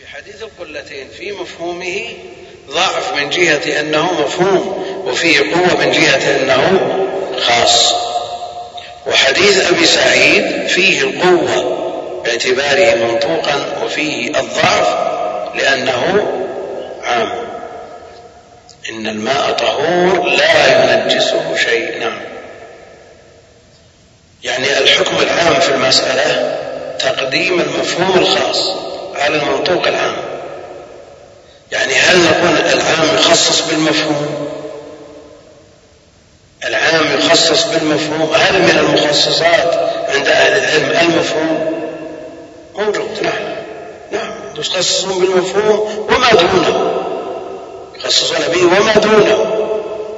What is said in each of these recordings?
حديث القلتين في مفهومه ضعف من جهة أنه مفهوم، وفيه قوة من جهة أنه خاص. وحديث أبي سعيد فيه القوة باعتباره منطوقا، وفيه الضعف لأنه عام. إن الماء طهور لا ينجسه شيء. نعم. يعني الحكم العام في المسألة تقديم المفهوم الخاص على المنطوق العام. يعني هل نقول العام يخصص بالمفهوم؟ العام يخصص بالمفهوم. هل من المخصصات عند أهل العلم المفهوم؟ موجود. نعم يخصصون بالمفهوم وما دونه، يخصصون به وما دونه.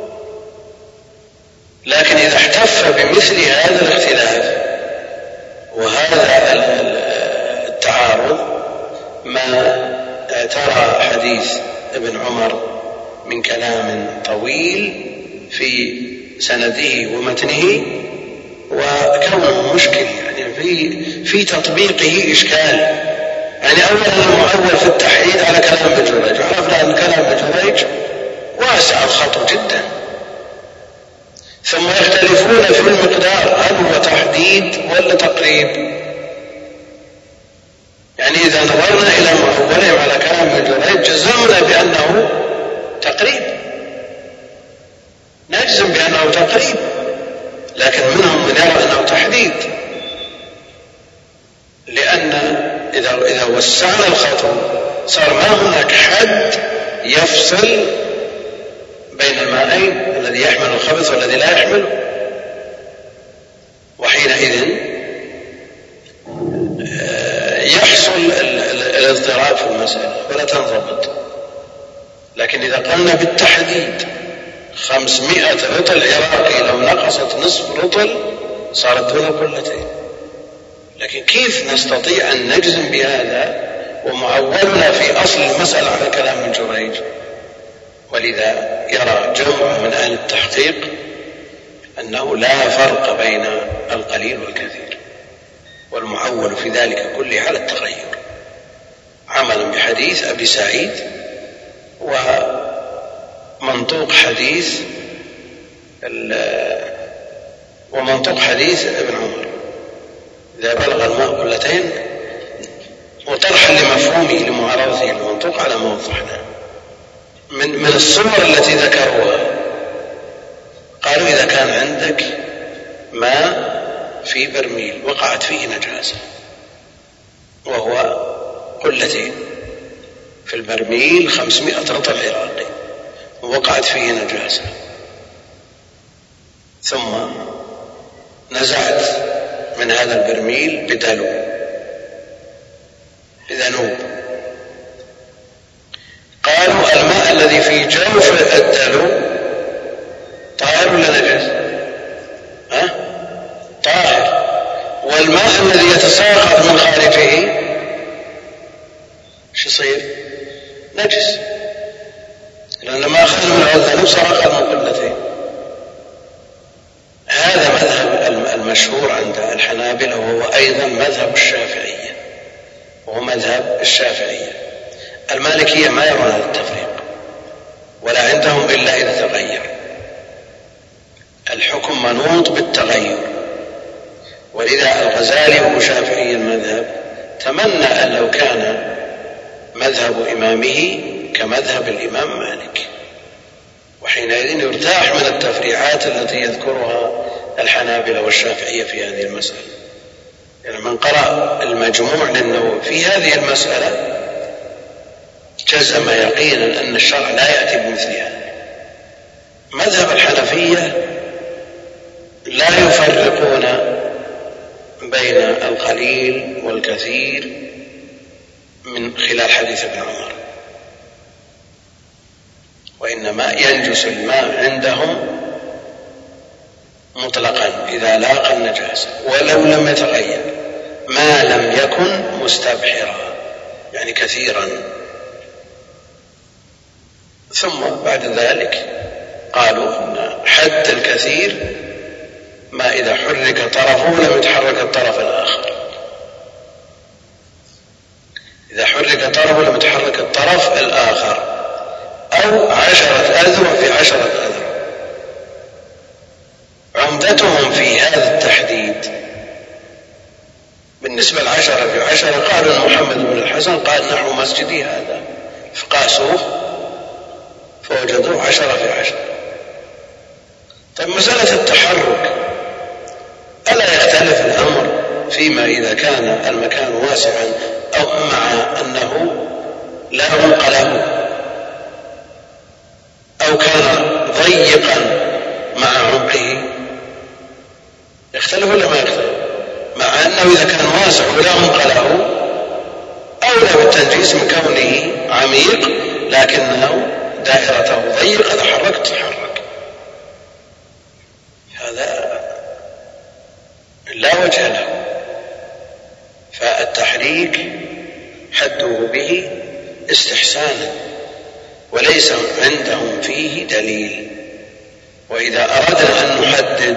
لكن إذا احتف بمثل هذا الاختلاف وهذا التعارض، ما ترى حديث ابن عمر من كلام طويل في سنده ومتنه، وكونه مشكل يعني في تطبيقه إشكال. يعني أولا المؤول في التحديد على كلام ابن جريج، وعرفنا أن كلام ابن جريج واسع الخط جدا. ثم يختلفون في المقدار، هل هو تحديد ولا تقريب؟ يعني إذا نظرنا إلى مؤولهم على كلام ابن جريج جزمنا بأنه تقريب، نجزم بأنه تقريب، لكن منهم من يرى أنه تحديد، لأن إذا وسعنا الخط صار ما هناك حد يفصل بين المائين، الذي يحمل الخبث والذي لا يحمله. وحينئذ يحصل الاضطراب في المسألة ولا تنضبط. لكن إذا قلنا بالتحديد 500 رطل عراقي لو نقصت نصف رطل صارت دون القلتين. لكن كيف نستطيع أن نجزم بهذا ومعولنا في أصل المسألة على كلام ابن جريج؟ ولذا يرى جمع من أهل التحقيق أنه لا فرق بين القليل والكثير، والمعول في ذلك كله على التغير، عملا بحديث أبي سعيد ومنطوق حديث ابن عمر إذا بلغ الماء قلتين، وطرحا لمفهومه لمعارضته المنطوق على ما وضحنا. من الصور التي ذكروها قالوا إذا كان عندك ماء في برميل وقعت فيه نجاسة، وهو قلتين في البرميل 500 رطل عراقي ووقعت فيه نجاسة، ثم نزعت من هذا البرميل بدلو بذنوب، قالوا الماء الذي في جوف الدلو طاهر ولا نجس؟ طاهر. والماء الذي يتساقط من خارجه شو يصير؟ نجس، لأن ما أخذ من الدلو صار أخذ من قلتين. هذا مذهب المشهور عند الحنابلة، وهو أيضا مذهب الشافعية، وهو مذهب الشافعية. المالكية ما يرون هذا التفريق، ولا عندهم إلا إذا تغير. الحكم منوط بالتغير، ولذا الغزالي وهو شافعي المذهب تمنى أن لو كان مذهب إمامه كمذهب الإمام مالك، وحينئذ يرتاح من التفريعات التي يذكرها الحنابلة والشافعية في هذه المسألة. يعني من قرأ المجموع للنووي في هذه المسألة جزم يقينا أن الشرع لا يأتي بمثلها. مذهب الحنفية لا يفرقون بين القليل والكثير من خلال حديث ابن عمر، وإنما ينجس الماء عندهم مطلقا إذا لاقى النجاسة ولو لم يتغير، ما لم يكن مستبحرا يعني كثيرا. ثم بعد ذلك قالوا أن حد الكثير ما إذا حرك طرفه لم يتحرك الطرف الآخر. إذا حرك طرف ولم يتحرك الطرف الآخر، أو 10 أذرع في 10 أذرع. عمدتهم في هذا التحديد بالنسبة 10 في 10 قالوا أن محمد بن الحسن قال نحو مسجدي هذا، فقاسوه فوجدوه 10 في 10. طيب مسألة التحرك ألا يختلف الأمر فيما إذا كان المكان واسعا أو مع أنه لا عمق له، أو كان ضيقا مع عمقه؟ يختلف ولا ما يختلف؟ مع أنه إذا كان واسع ولا عمق له أولى بالتنجيس من كونه عميق لكنه دائرته ضيقة، إذا حركت تتحرك. هذا لا وجه له. فالتحريك حده به استحسانا وليس عندهم فيه دليل. وإذا أردنا أن نحدد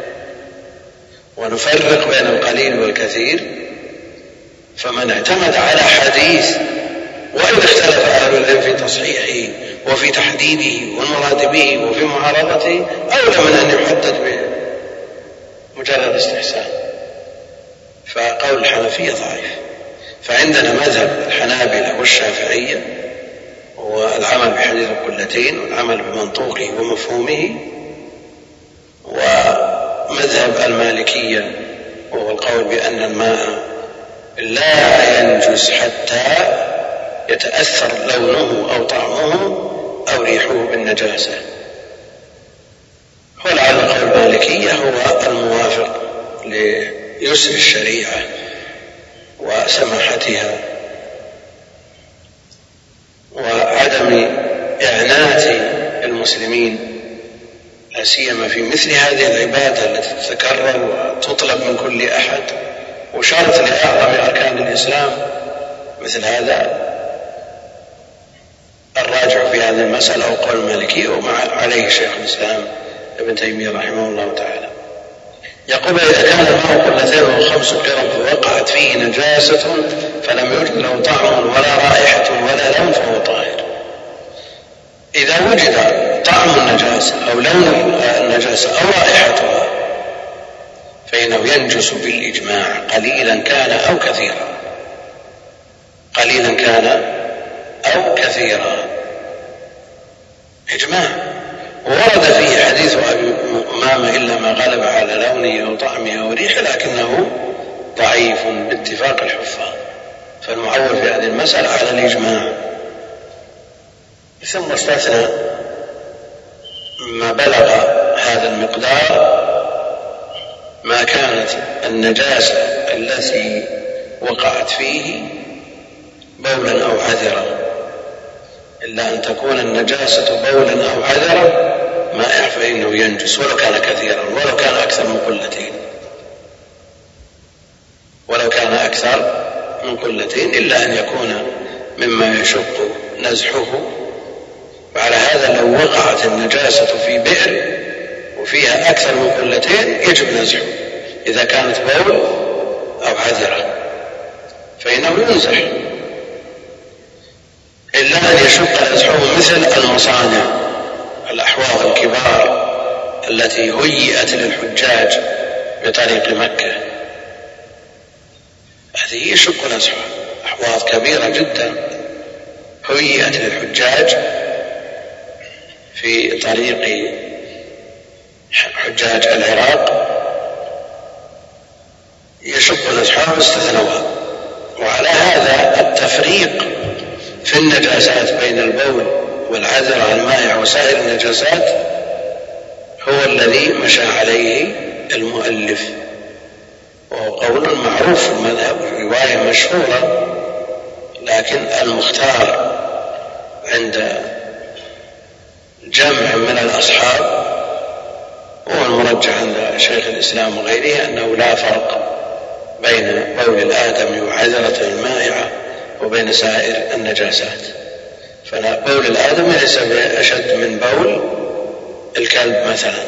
ونفرق بين القليل والكثير فمن اعتمد على حديث وإن اختلف أهل العلم في تصحيحه وفي تحديده والمراد به وفي معارضته أولى من أن يحدد بمجرد استحسان. فقول الحنفية ضعيف. فعندنا مذهب الحنابلة والشافعية هو العمل بحديث القلتين والعمل بمنطوقه ومفهومه، ومذهب المالكية وهو القول بأن الماء لا ينجس حتى يتأثر لونه أو طعمه أو ريحه بالنجاسة. ولعل قول المالكية هو الموافق ليسر الشريعة وسماحتها وعدم إعنات المسلمين لا سيما في مثل هذه العبادة التي تتكرر وتطلب من كل أحد وشرط لأعظم أركان الإسلام. مثل هذا الراجع في هذه المسألة هو قول المالكية ومع عليه شيخ الإسلام ابن تيمية رحمه الله تعالى. يقول إذا كان الماء قلتين و5 قرب فوقعت فيه نجاسة فلم يوجد له طعم ولا رائحة ولا لون فهو طاهر. إذا وجد طعم النجاسة أو لون النجاسة أو رائحتها فإنه ينجس بالإجماع قليلا كان أو كثيرا، قليلا كان أو كثيرا، إجماع. وورد فيه حديث أبي أمامة إلا ما غلب على لونه أو طعمه أو ريحه لكنه ضعيف باتفاق الحفاظ. فالمعول في هذه المسألة على الإجماع. ثم استثنى ما بلغ هذا المقدار ما كانت النجاسة التي وقعت فيه بولا أو عذرا، إلا أن تكون النجاسة بولا أو عذرا مائع فإنه ينجس ولو كان كثيرا ولو كان أكثر من قلتين، ولو كان أكثر من قلتين، إلا أن يكون مما يشق نزحه. وعلى هذا لو وقعت النجاسة في بئر وفيها أكثر من قلتين يجب نزحه إذا كانت بول أو عذرة فإنه ينزح، إلا أن يشق نزحه مثل المصانع الأحواض الكبار التي هيئت للحجاج بطريق مكة، هذه يشق نزحها، أحواض كبيرة جدا هيئت للحجاج في طريق حجاج العراق يشق نزحها واستثنوها. وعلى هذا التفريق في النجاسات بين البول والعذر المائع وسائر النجاسات هو الذي مشى عليه المؤلف، وهو قول معروف في المذهب رواية مشهورة، لكن المختار عند جمع من الأصحاب هو المرجح عند شيخ الإسلام وغيره أنه لا فرق بين بول الآدم وعذرة المائعة وبين سائر النجاسات. فبول الآدم ليس بأشد من بول الكلب مثلا،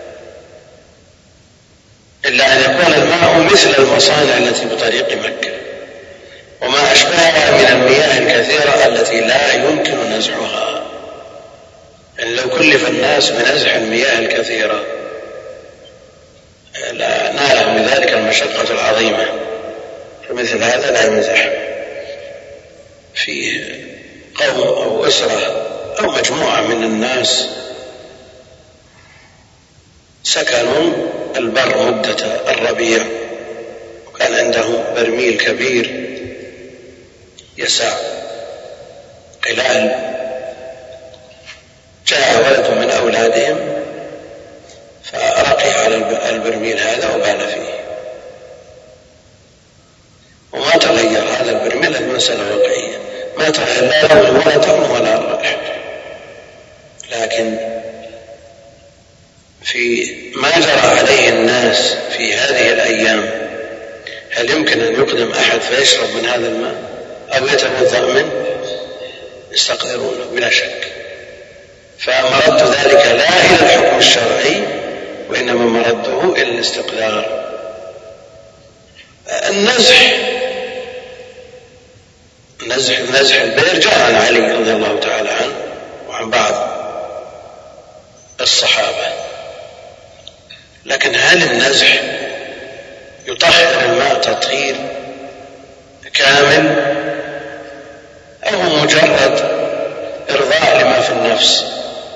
إلا أن يكون الماء مثل المصانع التي بطريق مكة وما أشبهها من المياه الكثيرة التي لا يمكن نزحها. يعني لو كلف الناس بنزح المياه الكثيرة نالهم بذلك المشقة العظيمة، فمثل هذا لا يمزح. في قوم أو أسرة أو مجموعة من الناس سكنوا البر مدة الربيع، وكان عندهم برميل كبير يسع قلال، جاء ولد من أولادهم فرقي على البرميل هذا وبال فيه، وما تغير هذا البرميل. المسألة واقعية، ما تغير لا لون ولا طعم ولا رائحة. لكن في ما جرى عليه الناس في هذه الأيام، هل يمكن أن يقدم أحد فيشرب من هذا الماء أو يتوضأ منه؟ يستقدرونه بلا شك. فمرد ذلك لا إلى الحكم الشرعي، وإنما مرده إلى الاستقدار. نزح البئر جاء عن علي رضي الله تعالى عنه وعن بعض الصحابة، لكن هل النزح يطهر الماء تطهير كامل أو مجرد إرضاء لما في النفس؟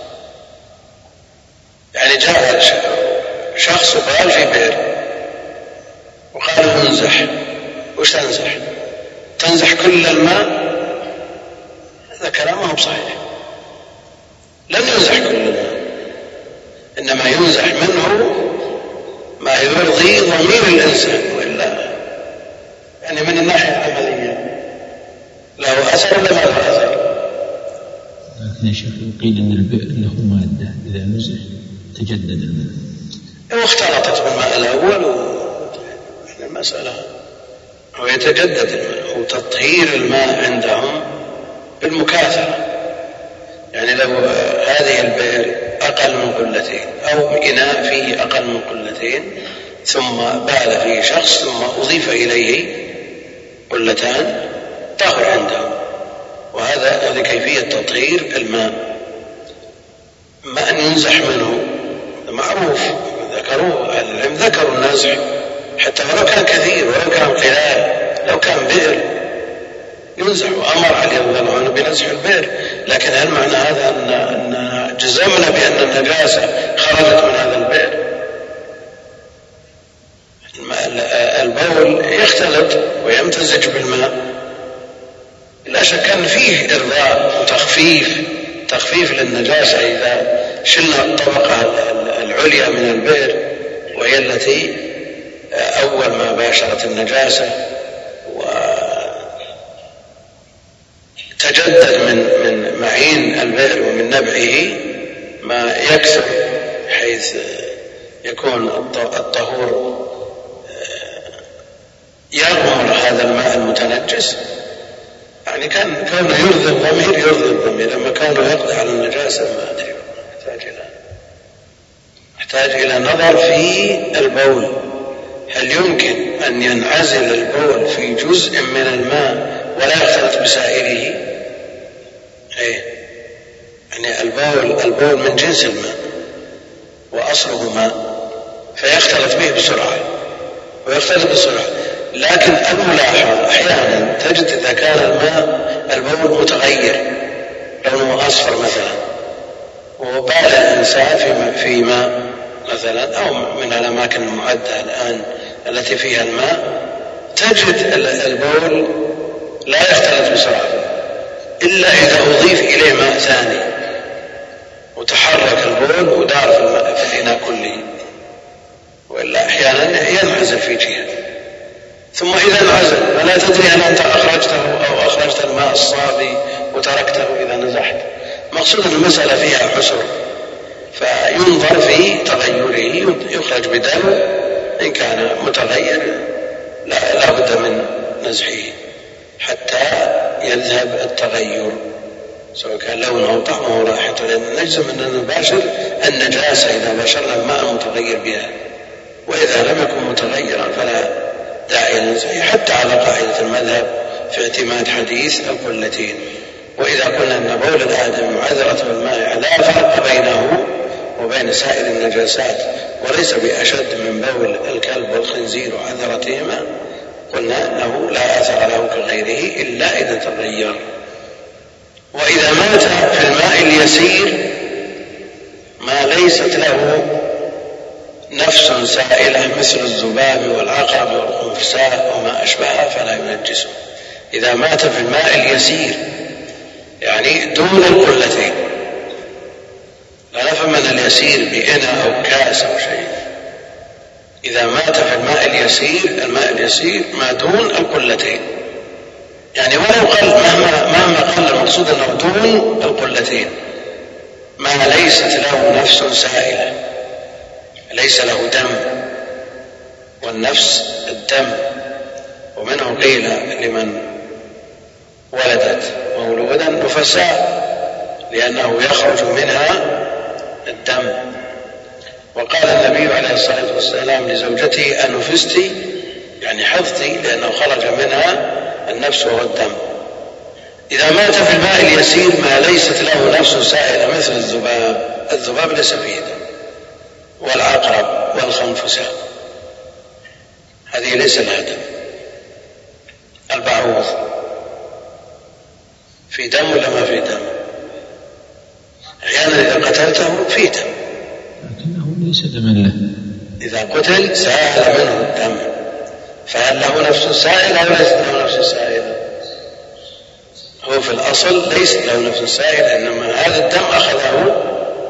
يعني جاء شخص قال في بئر وقال انزح، وش تنزح؟ تنزح كل الماء؟ هذا كلام ما هو صحيح. لم ينزح كل الماء، إنما ينزح منه ما يرضي ضمير الإنسان، وإلا يعني من الناحية العملية له أثر ولا ما له أثر؟ لكن يا شيخ قيل إن البئر له مادة إذا نزح تجدد الماء، واختلطت بالماء الأول المسألة ويتجدد الماء. وتطهير الماء عندهم بالمكاثرة، يعني لو هذه البئر أقل من قلتين أو إناء فيه أقل من قلتين ثم بال فيه شخص ثم أضيف إليه قلتان طهر عندهم. وهذا كيفية تطهير الماء. ما أن ينزح منه معروف، ذكروه أهل العلم، ذكروا النزح حتى ولو كان كثير ولو كان قلال، لو كان بئر ينزح، وأمر علي رضي الله عنه بنزح البئر. لكن هل معنى هذا أن جزمنا بأن النجاسة خرجت من هذا البئر؟ البول يختلط ويمتزج بالماء، لا شك أن فيه إرضاء وتخفيف للنجاسة إذا شلنا الطبقة العليا من البئر وهي التي أول ما باشرت النجاسة وتجدد من معين البئر ومن نبعه ما يكثر حيث يكون الطهور يغمر هذا الماء المتنجس. يعني كونه يرضي الضمير، أما كونه يقضي على النجاسة ما أدري، يحتاج إلى نظر في البول. هل يمكن أن ينعزل البول في جزء من الماء ولا يختلط بسائره؟ يعني البول من جنس الماء وأصله ماء، فيختلط به بسرعة لكن الملاحظ أحيانا تجد إذا كان البول متغير، لونه أصفر مثلا، وبال الإنسان في ماء مثلا أو من الأماكن المعدة الآن التي فيها الماء، تجد البول لا يختلط بسرعة إلا إذا أضيف إليه ماء ثاني وتحرك البول ودار في الإناء كله، وإلا أحيانا ينعزل في جهة. ثم إذا انعزل فلا تدري هل أنت أخرجته أو أخرجت الماء الصافي وتركته إذا نزحت. مقصود المسألة فيها حسر، فينظر في تغيره، يخرج بدم إن كان متغير لا بد من نزحه حتى يذهب التغير، سواء كان لونه أو طعمه أو رائحته، لأن نجزم أن نباشر النجاسة إذا باشرنا الماء المتغير بها، وإذا لم يكن متغيرا فلا داعي لنزحه، حتى على قاعدة المذهب في اعتماد حديث القلتين. وإذا قلنا أن بول الآدم معذرة بالمائع لا فرق بينه وبين سائر النجاسات وليس بأشد من بول الكلب والخنزير وعذرتهما، قلنا أنه لا أثر له كغيره إلا إذا تغير. وإذا مات في الماء اليسير ما ليست له نفس سائلة مثل الذباب والعقرب والخنفساء وما أشبهها فلا ينجسه. إذا مات في الماء اليسير يعني دون القلتين، لا نفهم من اليسير بإناء أو كاس أو شيء. إذا مات في الماء اليسير، الماء اليسير ما دون القلتين، يعني ولو قل مهما قل، المقصود أنه دون القلتين، ما ليست له نفس سائلة، ليس له دم، والنفس الدم. ومنه قيل لمن ولدت مولودا نفساء لأنه يخرج منها الدم. وقال النبي عليه الصلاة والسلام لزوجته أنفستي، يعني حفظتي، لأنه خرج منها النفس وهو الدم. إذا مات في الماء اليسير ما ليست له نفس سائلة مثل الذباب، الذباب ليس فيه دم، والعقرب والخنفساء هذه ليس لها دم. البعوض في دم ولا ما في دم؟ أحيانا إذا قتلته في دم لكنه ليس دما له. إذا قتل سال منه الدم، فهل له نفس سائلة أو ليست له نفس سائلة؟ هو في الأصل ليست له نفس سائلة، إنما هذا الدم أخذه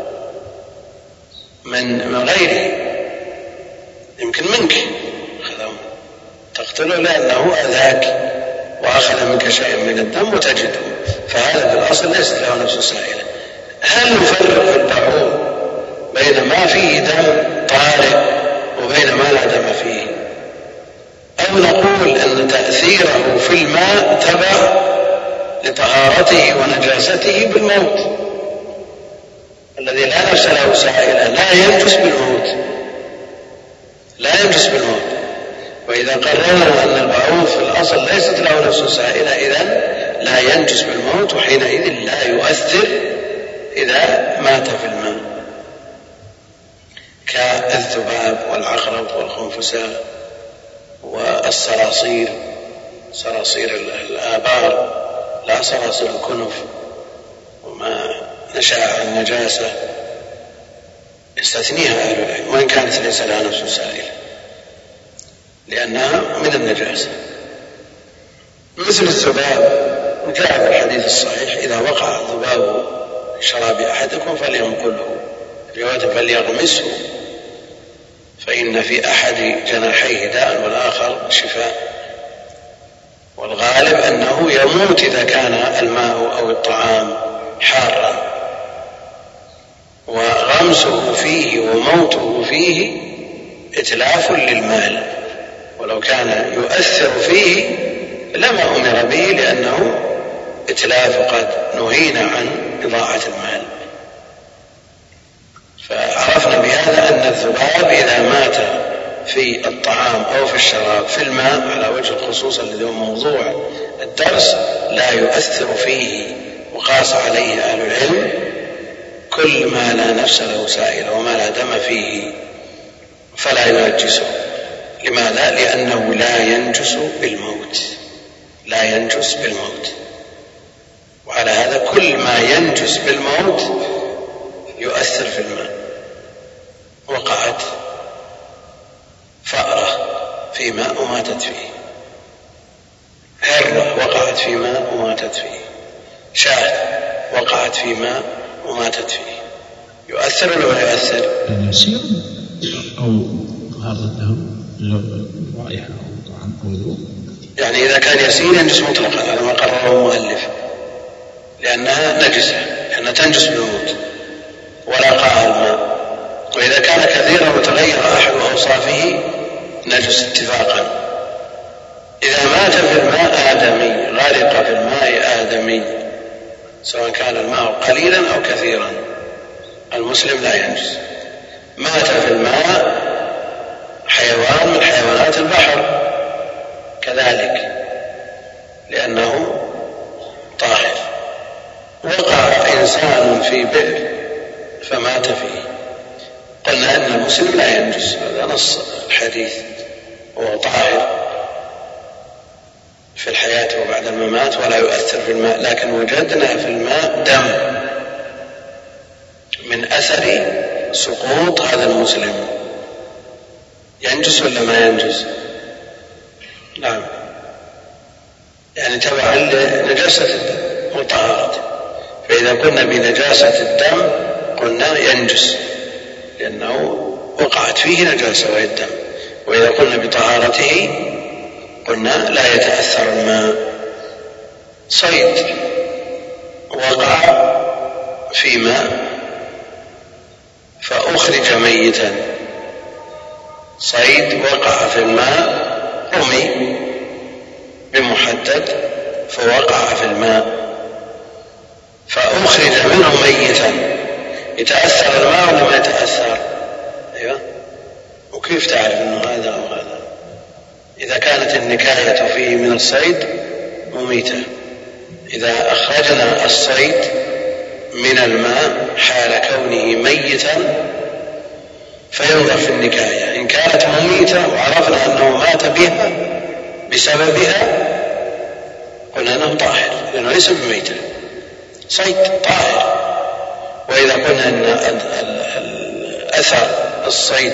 من غيره، يمكن منك أخذه تقتله لأنه أذاك وأخذ منك شيئا من الدم وتجده، فهذا في الأصل ليست له نفس سائلة. هل نفرق في البعوض بين ما فيه دم طارئ وبين ما لا دم فيه، أو نقول أن تأثيره في الماء تبع لطهارته ونجاسته بالموت؟ الذي لا نفس له سائلة لا ينجس بالموت، لا ينجس بالموت. وإذا قررنا أن البعوض في الأصل ليست له نفس سائلة إذن لا ينجس بالموت، وحينئذ لا يؤثر إذا مات في الماء، كالذباب والعقرب والخنفساء والصراصير، صراصير الآبار لا صراصير الكنف، وما نشأ عن نجاسة يستثنيها أهل العلم وإن كانت ليس لها نفس سائلة لأنها من النجاسة. مثل الذباب جاء في الحديث الصحيح إذا وقع الذباب في شراب أحدكم فلينقله، رواية فليغمسه، فإن في أحد جناحيه داء والآخر شفاء. والغالب أنه يموت إذا كان الماء أو الطعام حارا، وغمسه فيه وموته فيه إتلاف للمال، ولو كان يؤثر فيه لما أمر به لأنه إتلاف، قد نهينا عن إضاعة المال. فعرفنا بهذا أن الذباب إذا مات في الطعام أو في الشراب في الماء على وجه الخصوص الذي هو موضوع الدرس لا يؤثر فيه، وقاس عليه أهل العلم كل ما لا نفس له سائل وما لا دم فيه فلا ينجسه. لماذا؟ لأنه لا ينجس بالموت، لا ينجس بالموت. وعلى هذا كل ما ينجس بالموت يؤثر في الماء. وقعت فأرة في ماء وماتت فيه، هرة وقعت في ماء وماتت فيه، شاة وقعت في ماء وماتت فيه، يؤثر ولا لا يؤثر؟ يسير أو غارت له رائحة أو طعم أو ذوق، يعني إذا كان يسير ينجس مطلقا على ما قرره المؤلف، لأنها نجسة، لأنها تنجس بالموت ولا قاها الماء. وإذا كان كثيرا وتغير أحد أوصافه نجس اتفاقا. إذا مات في الماء آدمي، غرق في الماء آدمي، سواء كان الماء قليلا أو كثيرا، المسلم لا ينجس. مات في الماء حيوان من حيوانات البحر كذلك لأنه طاهر. وقع إنسان في بئر فمات فيه، قلنا أن المسلم لا ينجس، هذا نص الحديث، وهو طاهر في الحياة وبعد الممات ولا يؤثر في الماء. لكن وجدنا في الماء دم من أثر سقوط هذا المسلم، ينجس ولا ما ينجس؟ نعم، يعني تبعا لنجاسة الدم وطهارته. فإذا كنا بنجاسة الدم قلنا ينجس لأنه وقعت فيه نجاسة وهي الدم، وإذا قلنا بطهارته قلنا لا يتأثر الماء. صيد وقع في ماء فأخرج ميتا، صيد وقع في الماء رمي بمحدد فوقع في الماء فأخرج منه ميتا، يتأثر الماء ولا ما يتأثر؟ أيوة. وكيف تعرف أنه هذا أو هذا؟ إذا كانت النكاية فيه من الصيد مميتة، إذا أخرجنا الصيد من الماء حال كونه ميتا فينظر في النكاية، إن كانت مميتة وعرفنا أنه مات بها بسببها قلنا أنه طاهر لأنه ليس بميتة، صيد طاهر. وإذا قلنا أن أثر الصيد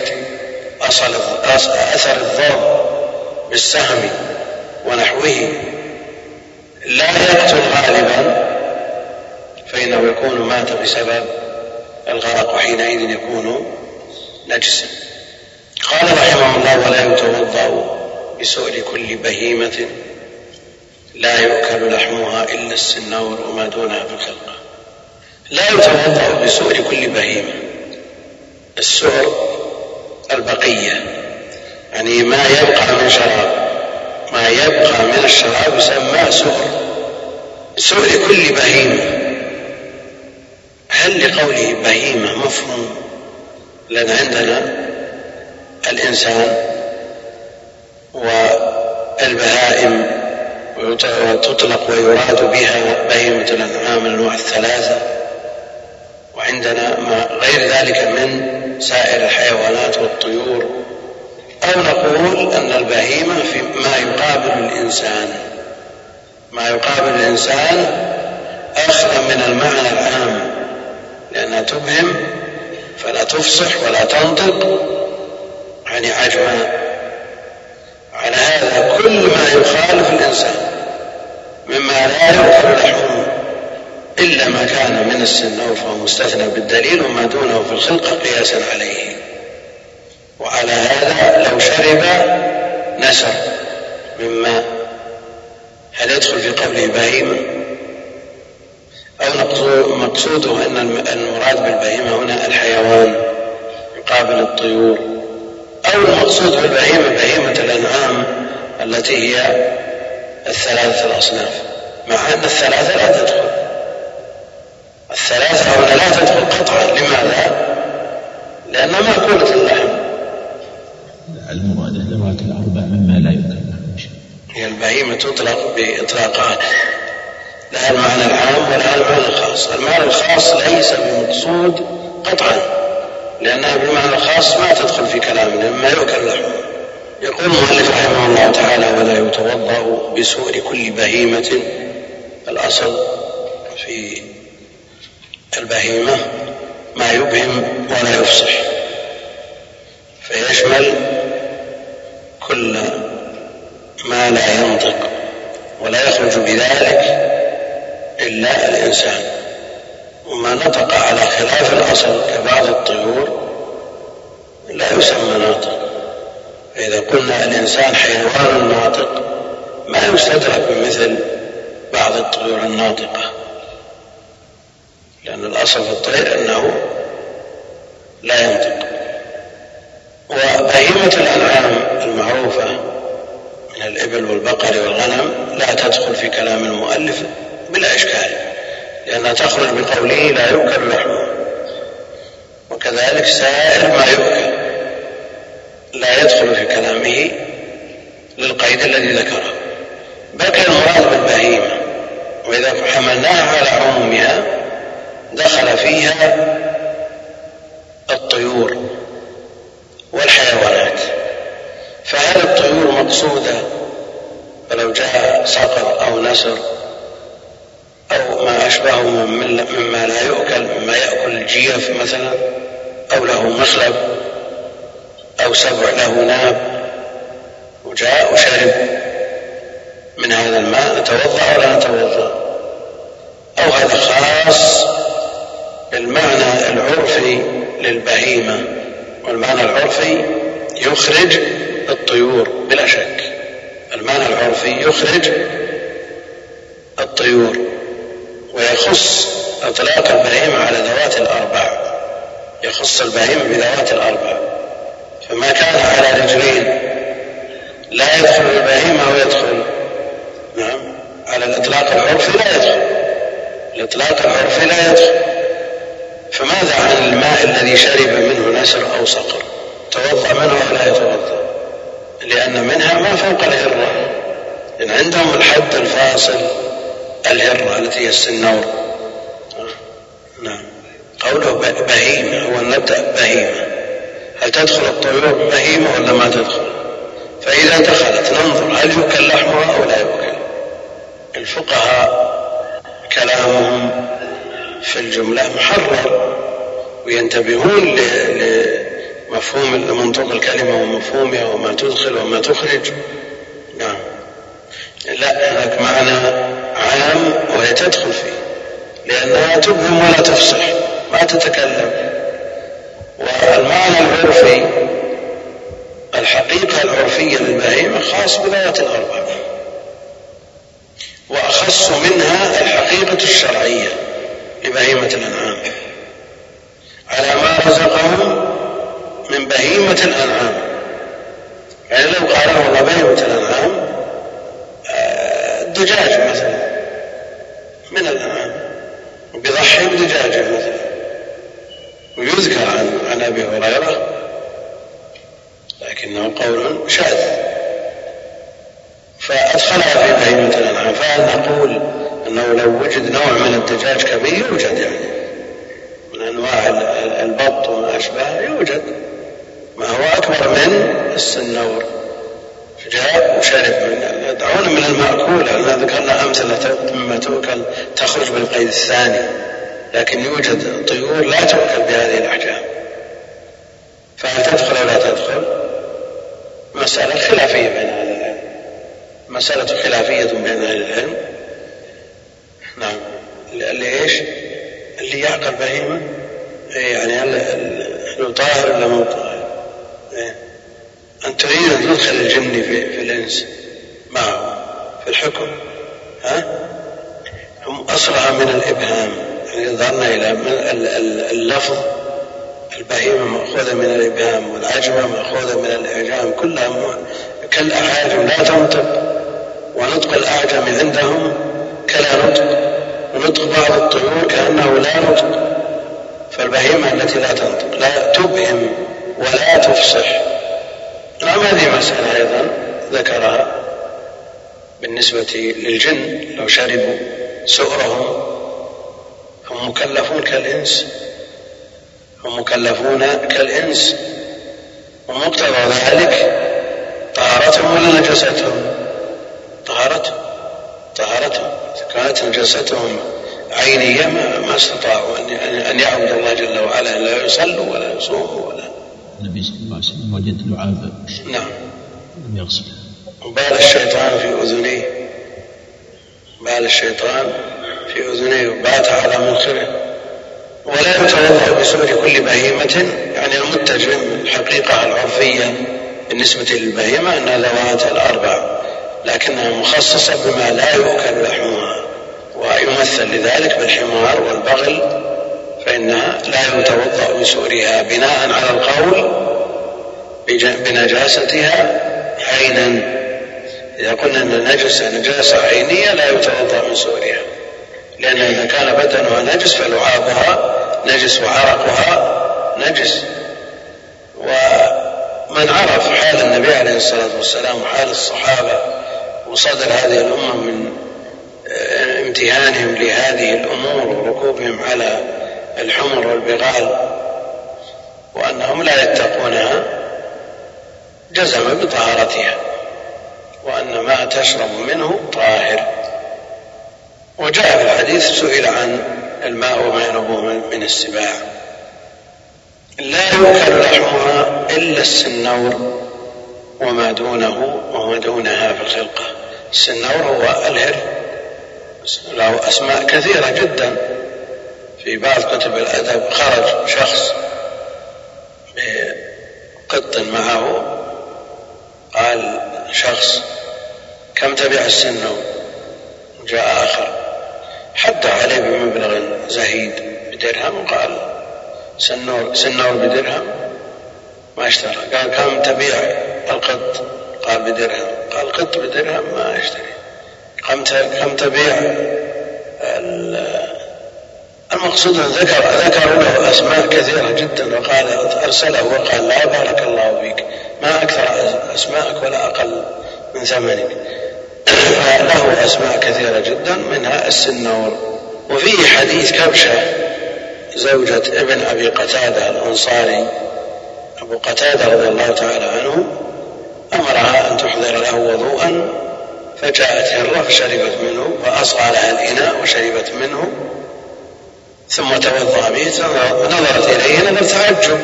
أثر الضرب بالسهم ونحوه لا يقتل غالبا فإنه يكون مات بسبب الغرق، وحينئذ يكون نجسا. قال رحمه الله: ولا يتوضأ بسؤل كل بهيمة لا يؤكل لحمها إلا السنور وما دونها بالخلقة. لا يتوضأ بسؤل كل بهيمة. السؤر البقية، يعني ما يبقى من شراب، ما يبقى من الشراب يسمى سؤر. سؤل كل بهيمة، هل لقوله بهيمة مفهوم؟ لأن عندنا الإنسان والبهائم وتطلق ويراد بها بهيمة الأنعام الأنواع الثلاثة، وعندنا غير ذلك من سائر الحيوانات والطيور. أو نقول أن البهيمة في ما يقابل الإنسان، ما يقابل الإنسان أخذا من المعنى العام، لأنها تبهم فلا تفصح ولا تنطق، يعني عجماء. على هذا كل ما يخالف الإنسان مما لا يؤكل لحمه إلا ما كان من السنور فهو مستثنى بالدليل، وما دونه في الخلقة قياسا عليه. وعلى هذا لو شرب نسر مما، هل يدخل في قوله بهيمة؟ أو مقصوده أن المراد بالبهيمة هنا الحيوان يقابل الطيور، أو المقصود بالبهيمة بهيمة الأنعام التي هي الثلاثة الأصناف، مع أن الثلاثة لا تدخل، الثلاثة هنا لا تدخل قطعا. لماذا؟ لأنها مأكولة اللحم. المراد الذوات الأربع مما لا يؤكل لحم. هي البهيمة تطلق بإطلاقات، لها المعنى العام ولها المعنى الخاص. المعنى الخاص ليس بمقصود قطعا، لأنها بالمعنى الخاص ما تدخل في كلامنا مما يؤكل لحمه. يقول المؤلف رحمه الله تعالى: ولا يتوضأ بسؤر كل بهيمة. الأصل في البهيمة ما يبهم ولا يفصح، فيشمل كل ما لا ينطق، ولا يخرج بذلك إلا الإنسان. وما نطق على خلاف الأصل كبعض الطيور لا يسمى ناطق. فإذا قلنا الإنسان حيوان ناطق ما يستدرك بمثل بعض الطيور الناطقة، لأن الأصل في الطير أنه لا ينطق. وبهيمة الأنعام المعروفة من الإبل والبقر والغنم لا تدخل في كلام المؤلف بلا إشكال، لأنها تخرج بقوله لا يؤكل لحمه. وكذلك سائر ما يؤكل لا يدخل في كلامه للقيد الذي ذكره. بل كان المراد بالبهيمة وإذا حملناها على عمومها دخل فيها الطيور والحيوانات. فهل الطيور مقصودة فلو جاء صقر أو نسر أو ما أشبهه مما لا يؤكل، مما يأكل الجيف مثلا، أو له مخلب أو سبع له ناب وجاء وشرب من هذا الماء نتوضأ ولا نتوضأ؟ أو هذا خاص بالمعنى العرفي للبهيمة، والمعنى العرفي يخرج الطيور بلا شك، المعنى العرفي يخرج الطيور ويخص إطلاق البهيمة على ذوات الأربع، يخص البهيمة بذوات الأربع. فما كان على رجلين لا يدخل البهيمة ويدخل، نعم، على الإطلاق العرفي لا يدخل، الإطلاق العرفي لا يدخل. فماذا عن الماء الذي شرب منه نسر أو صقر؟ توضأ منه ولا يتوضأ؟ لأن منها ما فوق الهرة، لأن عندهم الحد الفاصل الهرة التي هي السنور. نعم. قوله بهيمة هو نبدأ بهيمة، هل تدخل الطيور بهيمة ولا ما تدخل؟ فإذا دخلت ننظر هل يؤكل لحمها أو لا يؤكل. الفقهاء كلامهم في الجملة محرر وينتبهون لمفهوم لمنطوق الكلمة ومفهومها وما تدخل وما تخرج. نعم. لا، هناك معنى عام وهي تدخل فيه لأنها تبهم ولا تفصح، ما تتكلم. والمعنى العرفي الحقيقة العرفية للبهيمة خاص بذوات الأربع، وأخص منها الحقيقة الشرعية لبهيمة الأنعام على ما رزقهم من بهيمة الأنعام. يعني لو قال والله بهيمة الأنعام الدجاج مثلا من الأنعام وبيضحي بدجاجه مثلا، ويذكر عن أبي هريرة لكنه قول شاذ، فأدخلها في بهيمة الأنعام. فهل نقول أنه لو وجد نوع من الدجاج كبير يوجد، يعني من أنواع البط وما أشبه يوجد ما هو أكبر من السنور، جاء وشرب من دعونا من المأكول، لأننا ذكرنا أمثلة مما تؤكل تخرج بالقيد الثاني، لكن يوجد طيور لا تؤكل بهذه الأحجام. فهل تدخل أو لا تدخل؟ مسألة خلافية بين أهل العلم، مسألة خلافية بين أهل العلم. نعم. اللي إيش؟ اللي يعقل بهيمة، يعني هل طاهر ولا مو طاهر؟ أن تريد أن تدخل الجن في الإنس معه في الحكم، هم أسرع من الإبهام. يعني نظرنا إلى اللفظ، البهيمة مأخوذة من الإبهام والعجمة مأخوذة من الإعجام، كلها كالأعاجم لا تنطق، ونطق الأعجم عندهم كلا نطق، ونطق بعض الطيور كأنه لا نطق. فالبهيمة التي لا تنطق لا تبهم ولا تفصح. نعم. هذه مسألة أيضا ذكرها بالنسبة للجن، لو شربوا سؤرهم هم مكلفون كالإنس، هم مكلفون كالإنس، ومقتضى ذلك طهارتهم ولا نجستهم؟ طهارتهم. كانت نجستهم عينية ما استطاعوا أن يعبدوا الله جل وعلا، لا يصلوا ولا يصوموا ولا. النبي صلى الله عليه وسلم وجد لعابا، نعم، لم يغسل. وبال الشيطان في أذنيه وبات على منخره. ولا يتوضأ بسؤر كل بهيمة، يعني المتجه الحقيقة العرفية بالنسبة للبهيمة أنها ذوات الأربع، لكنها مخصصة بما لا يؤكل لحمها، ويمثل لذلك بالحمار والبغل، فإنها لا يتوضأ بسؤرها بناء على القول بنجاستها عينا. إذا قلنا أن النجسة نجاسة عينية لا يتوضأ من سؤرها، لأن إذا كان بدنها نجس فلعابها نجس وعرقها نجس. ومن عرف حال النبي عليه الصلاة والسلام وحال الصحابة وصدر هذه الأمة امتهانهم لهذه الأمور وركوبهم على الحمر والبغال وأنهم لا يتقونها، جزم بطهارتها وأن ما تشرب منه طاهر. وجاء في الحديث سئل عن الماء وما ينبوه من السباع، لا يؤكل لحمها إلا السنور وما دونها في الخلقة. السنور هو الهر، له أسماء كثيرة جدا. في بعض كتب الأدب خرج شخص بقط معه، قال شخص: كم تبيع السنور؟ جاء آخر حد عليه بمبلغ زهيد بدرهم، وقال: سنور بدرهم، ما اشترى. قال: كم تبيع القط؟ قال: بدرهم. قال: القط بدرهم، ما اشتري. كم تبيع المقصود ذكروا له أسماء كثيرة جدا، وقال أرسله وقال: لا بارك الله فيك، ما أكثر أسماءك ولا أقل من ثمنك. فله أسماء كثيرة جدا منها السنور. وفيه حديث كبشة زوجة ابن أبي قتادة الأنصاري، أبو قتادة رضي الله تعالى عنه أمرها أن تحضر له وضوءا، فجاءت هرة فشربت منه، فأصغى لها الإناء وشربت منه، ثم توضأ به. نظرت إليه نظر تعجب،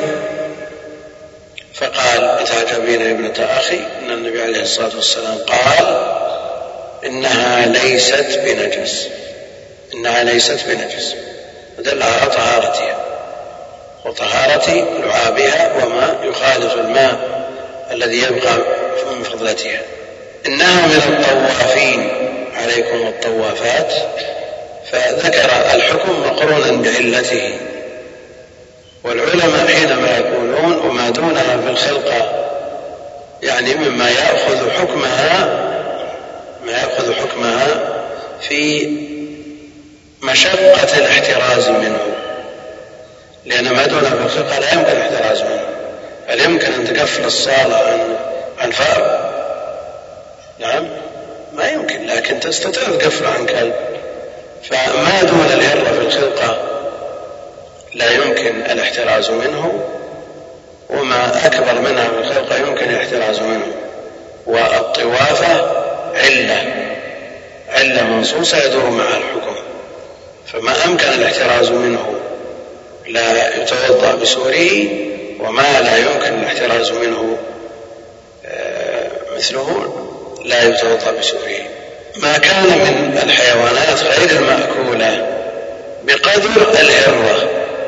فقال: أتعجبين يا ابنة أخي؟ إن النبي عليه الصلاة والسلام قال: إنها ليست بنجس، ودل على طهارتها وطهارة لعابها وما يخالط الماء الذي يبقى من فضلتها. إنها من الطوافين، عليكم الطوافات. فذكر الحكم مقرونا بعلته. والعلماء حينما يقولون وما دونها في الخلقة، يعني مما يأخذ حكمها في مشقة الاحتراز منه، لأن ما دونها في الخلقة لا يمكن الاحتراز منه. هل يمكن أن تقفل الصالة عن فأر؟ نعم، ما يمكن، لكن تستطيع تقفل عن كلب. فما دون الهرة في الخلقة لا يمكن الاحتراز منه، وما أكبر منها في الخلقة يمكن الاحتراز منه. والطوافة علة منصوصة يدور مع الحكم، فما أمكن الاحتراز منه لا يتوضأ بسوره، وما لا يمكن الاحتراز منه مثله لا يتوضأ بسوره. ما كان من الحيوانات غير المأكولة بقدر الهرة،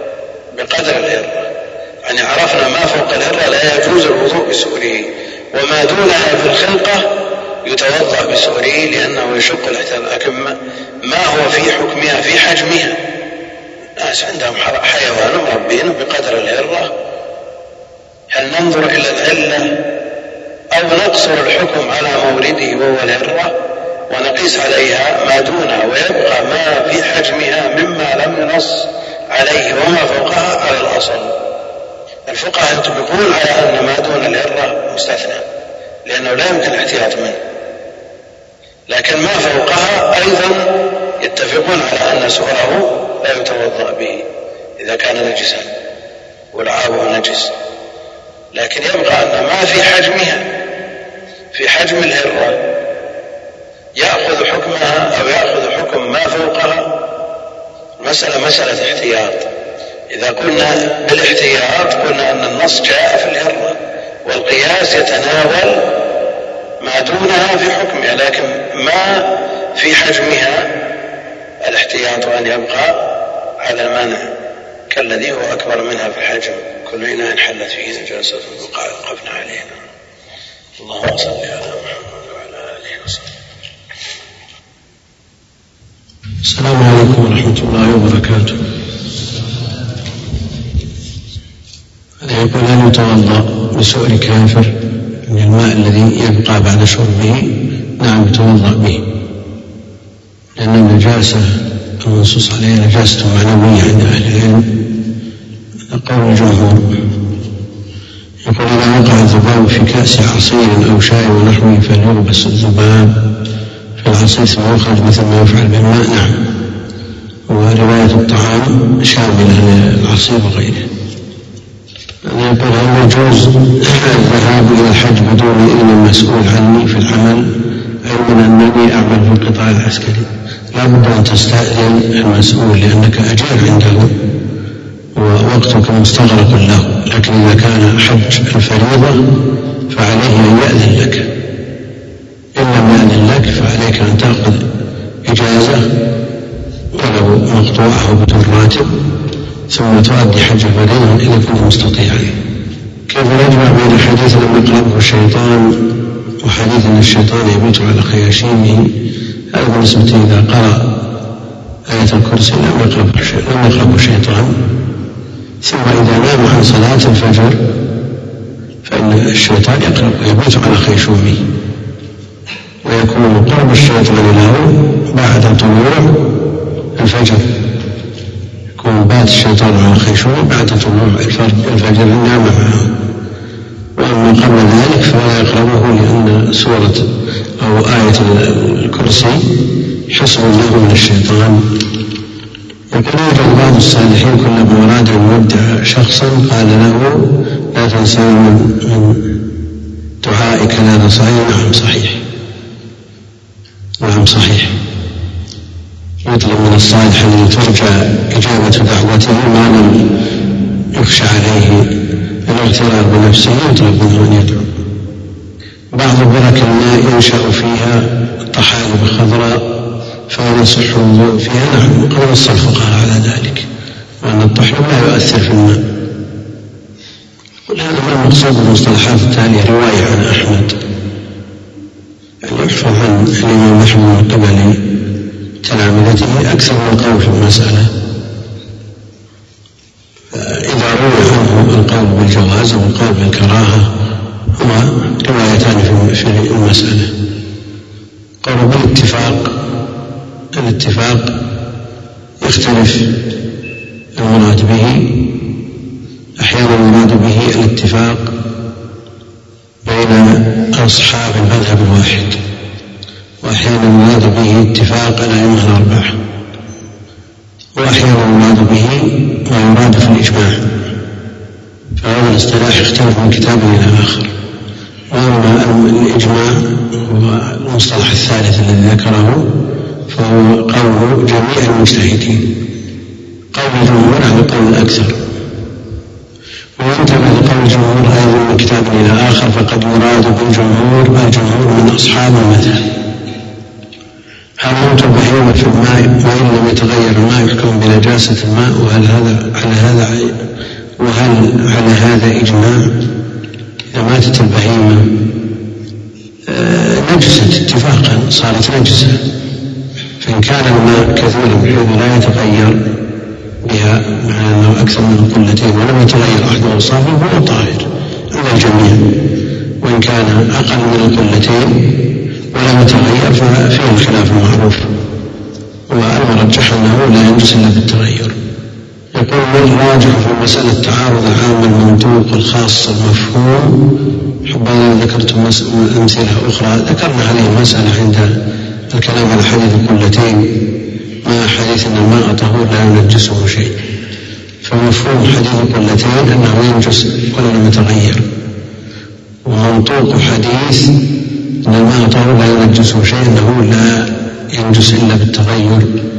يعني عرفنا ما فوق الهرة لا يجوز الوضوء بسوره، وما دونها في الخلقة يتوضأ بسوره لأنه يشق الاحتراز. لكن ما هو في حكمها في حجمها؟ الناس عندهم حيوان مربينه بقدر الهرة، هل ننظر إلى العلة أو نقصر الحكم على مورده وهو الهرة ونقيس عليها ما دونها، ويبقى ما في حجمها مما لم ينص عليه وما فوقها على الأصل؟ الفقهاء يطبقون على أن ما دون الهرة مستثنى، لأنه لا يمكن الاحتياط منه، لكن ما فوقها أيضا يتفقون على أن سؤره لا يتوضأ به إذا كان نجسا ولعابه نجس. لكن يبقى أن ما في حجمها في حجم الهرة يأخذ حكمها أو يأخذ حكم ما فوقها. مسألة احتياط. إذا قلنا بالاحتياط قلنا أن النص جاء في الهرة، والقياس يتناول ما دونها في حكمها، لكن ما في حجمها الاحتياط أن يبقى على المنع كالذي هو أكبر منها في الحجم. كل إناء حلت فيه نجاسة وقفنا علينا. اللهم صل على محمد وعلى آله وصحبه. السلام عليكم ورحمة الله وبركاته. يقول: هل يتوضأ بسؤر كافر من الماء الذي يبقى بعد شربه؟ نعم، يتوضأ به، لأن النجاسة المنصوص عليها نجاسة معنوية عند أهل العلم، قول الجمهور. يقول: إذا وقع الذباب في كأس عصير أو شاي ونحوه فليغبس الذباب في العصير ثم يخرج مثل ما يفعل بالماء، نعم. ورواية الطعام شاملة للعصير وغيره. يقول هل يجوز الذهاب إلى الحج بدون إذن المسؤول عني في العمل، علما أنني أعمل في القطاع العسكري؟ لا بد أن تستأذن المسؤول لأنك أجير عنده ووقتك مستغرق له، لكن إذا كان حج الفريضة فعليه أن يأذن لك، إن لم يأذن لك فعليك أن تأخذ إجازة ولو مقطوعة أو بدون راتب ثم تؤدي حج الفريضة إذا كنت مستطيعا. كيف نجمع بين حديث لم يقربه الشيطان وحديث أن الشيطان يبيت على خياشيمه؟ هذا بالنسبة إذا قرأ آية الكرسي لم يقربه الشيطان، ثم إذا نام عن صلاة الفجر فإن الشيطان يقرب ويبيت على خيشومه، ويكون قرب الشيطان له بعد طلوع الفجر، يكون بات الشيطان على خيشومه بعد طلوع الفجر نام معه. وأما قبل ذلك فلا يقربه، لأن سورة أو آية الكرسي حصن له من الشيطان. يقول يوجد بعض الصالحين كلما أراد أن يودع شخصا قال له لا تنسوا من دعائك لا نصائي. نعم صحيح، نعم صحيح. يطلب من الصالح الذي ترجى إجابة دعوته ما لم يخشى عليه الاغترار بنفسه يطلب منه أن يدعو. بعض برك الماء ينشأ فيها طحالب خضراء فهل يصح الوضوء فيها؟ نعم، قد نص الفقهاء على ذلك، وأن الطحالب لا يؤثر في الماء. ولهذا ما المقصود بالمصطلحات التالية؟ رواية عن أحمد، يعني يحفظ عن الإمام أحمد من قبل تلامذته أكثر من قول في المسألة، إذا روي عنه القول بالجواز والقول بالكراهة هما روايتان في المسألة. قالوا الاتفاق يختلف المراد به، أحيانا المراد به الاتفاق بين أصحاب المذهب الواحد، وأحيانا المراد به اتفاق الأئمة الأربعة، وأحيانا المراد به ما يراد في الإجماع. فهذا الاصطلاح يختلف من كتاب إلى آخر. وأما الإجماع هو المصطلح الثالث الذي ذكره، فهو قول جميع المجتهدين، قول الجمهور على قول الأكثر، وينتبه لقول الجمهور أيضا من كتاب إلى آخر، فقد يراد بالجمهور الجمهور من أصحاب المذهب. هل موت البهيمة في الماء وإن لم يتغير الماء يحكم بنجاسة الماء؟ وهل على هذا إجماع؟ إذا ماتت البهيمة نجست اتفاقا، صارت نجسة، فإن كان الماء كثيرا بحيث لا يتغير بها مع أنه أكثر من قلتين ولم يتغير أحد أوصافه فهو طاهر عند الجميع، وإن كان أقل من القلتين ولم يتغير ففيه الخلاف المعروف، والمرجح أنه لا ينجس إلا بالتغير. يقول الراجح في مسألة تعارض العام المنطوق الخاص المفهوم. حبذا ذكرتم أمثلة أخرى، ذكرنا هذه المسألة عند الكلام على حديث القلتين مع حديث أن الماء طهور لا ينجسه شيء، فمفهوم حديث القلتين أنه ينجس ولم يتغير، ومنطوق حديث أن الماء طهور لا ينجسه شيء أنه لا ينجس إلا بالتغير.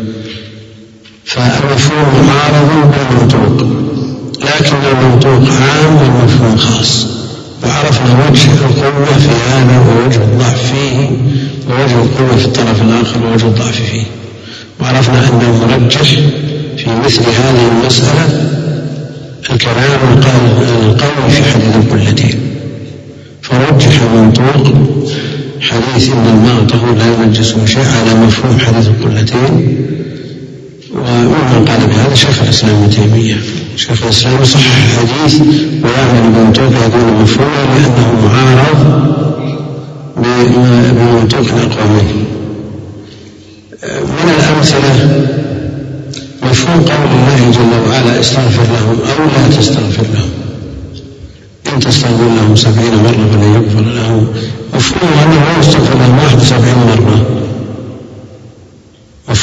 فالمفهوم معارض بالمنطوق، لكن المنطوق عام والمفهوم خاص، وعرفنا وجه القوة في هذا ووجه الضعف فيه، ووجه القوة في الطرف الآخر ووجه الضعف فيه، وعرفنا أن المرجح في مثل هذه المسألة الكلام القوي في حديث القلتين، فرجح منطوق حديث إن الماء طهور لا ينجسه شيء على مفهوم حديث القلتين. ومن قال بهذا شيخ الإسلام ابن تيمية. شيخ الإسلام يصحح الحديث ويعمل بمنطوق يكون مفهوما لأنه معارض بمنطوق أقوى منه. من الأمثلة مفهوم قول الله جل وعلا استغفر لهم أو لا تستغفر لهم، إن تستغفر لهم 70 مرة فلن يغفر لهم، مفهوم أنه لا يستغفر لهم 71 مرة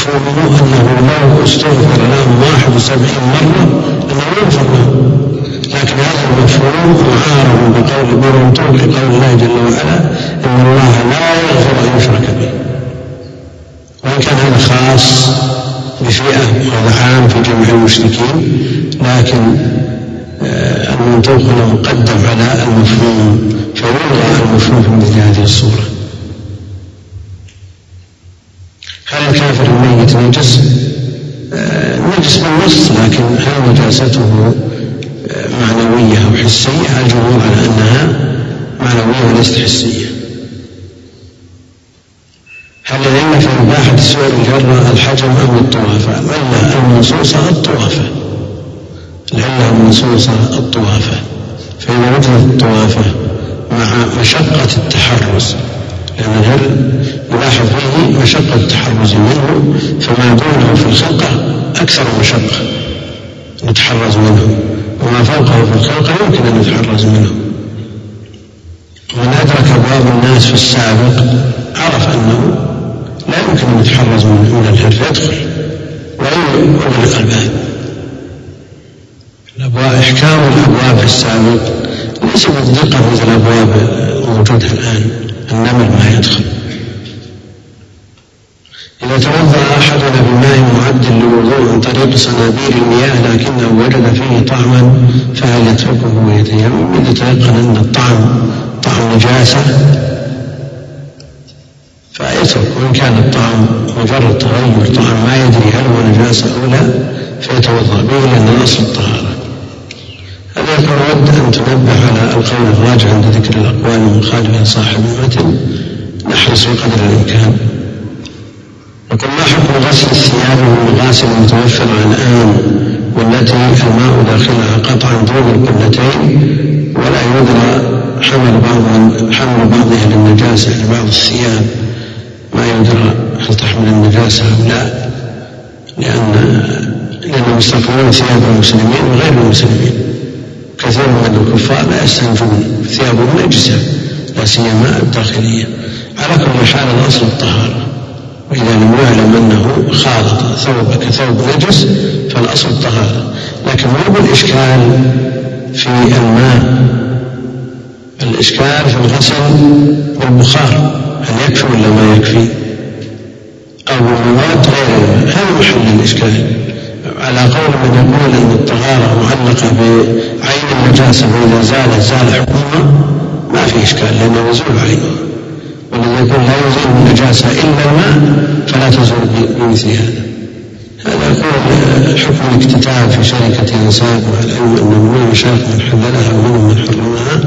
مفهومه أنه لو استغفر له 71 مرة أنه يغفر له، لكن هذا المفهوم معارض بمنطوق قول الله جل وعلا إن الله لا يغفر أن يشرك به، وإن كان هذا خاص بفئة وهذا عام في جميع المشركين، لكن المنطوق هنا مقدم على المفهوم، فيوضع المفهوم في مثل هذه الصورة. هل الكافر الميت نجس؟ نجس بالنص، لكن هل نجاسته معنوية أو حسية؟ الجمهور على أنها معنوية وليست حسية. هل العلة في إباحة سوء الجرة الحجم أم الطوافة؟ العلة المنصوصة الطوافة، العلة المنصوصة الطوافة، فإذا وجدت الطوافة مع مشقة التحرز، لأن الهل يلاحظ فيه مشقة التحرز منه، فما دونه في الخلقة أكثر مشقة نتحرز منه، وما فوقه في الخلقة يمكن أن نتحرز منه. ومن أدرك أبواب الناس في السابق عرف أنه لا يمكن أن يتحرز من الهل، فيدخل ويغلق الباب. إحكام الأبواب في السابق ليس بالدقة مثل الأبواب الموجودة الآن، النمل ما يدخل. إذا توضأ أحدنا بماء معد للوضوء عن طريق صنابير المياه لكنه وجد فيه طعما، فهل يتركه ويتيمم؟ إذا تيقن أن الطعم طعم نجاسة فيترك، وإن كان الطعم مجرد تغير طعم ما يدري هل هو نجاسة أو لا فيتوضأ به، لأن الأصل الطهارة. هذا يود أن تنبه على القول الراجع عند ذكر الأقوال المخالفة لصاحب المتن، نحرص بقدر الإمكان. يقول ما حكم غسل الثياب والمغاسل المتوفرة الآن والتي الماء داخلها قطعا دون القبلتين ولا يدرى حمل بعضها للنجاسة، لبعض الثياب ما يدرى هل تحمل النجاسة أو لا، لأنهم يستخدمون ثياب المسلمين وغير المسلمين. كثير من الكفار لا يستنجون ثيابهم نجسة، لا سيما الداخلية. على كل حال الأصل الطهارة، وإذا لم يعلم أنه خالط ثوبك ثوب نجس فالأصل الطهارة. لكن ما هو الإشكال في الماء؟ الإشكال في الغسل بالبخار، هل يكفي ولا ما يكفي؟ أو بالمواد غير الماء، هذا محل الإشكال. على قول من يقول أن الطهارة معلقة بعين النجاسة، وإذا زال حكمها ما في إشكال لأنه يزول عينها، والذي يقول لا يزول النجاسة إلا الماء فلا تزول بمثل هذا. هذا يقول حكم الاكتتاب في شركة إنسان، والعلم أن من المشايخ من حللها ومنهم من حرمها،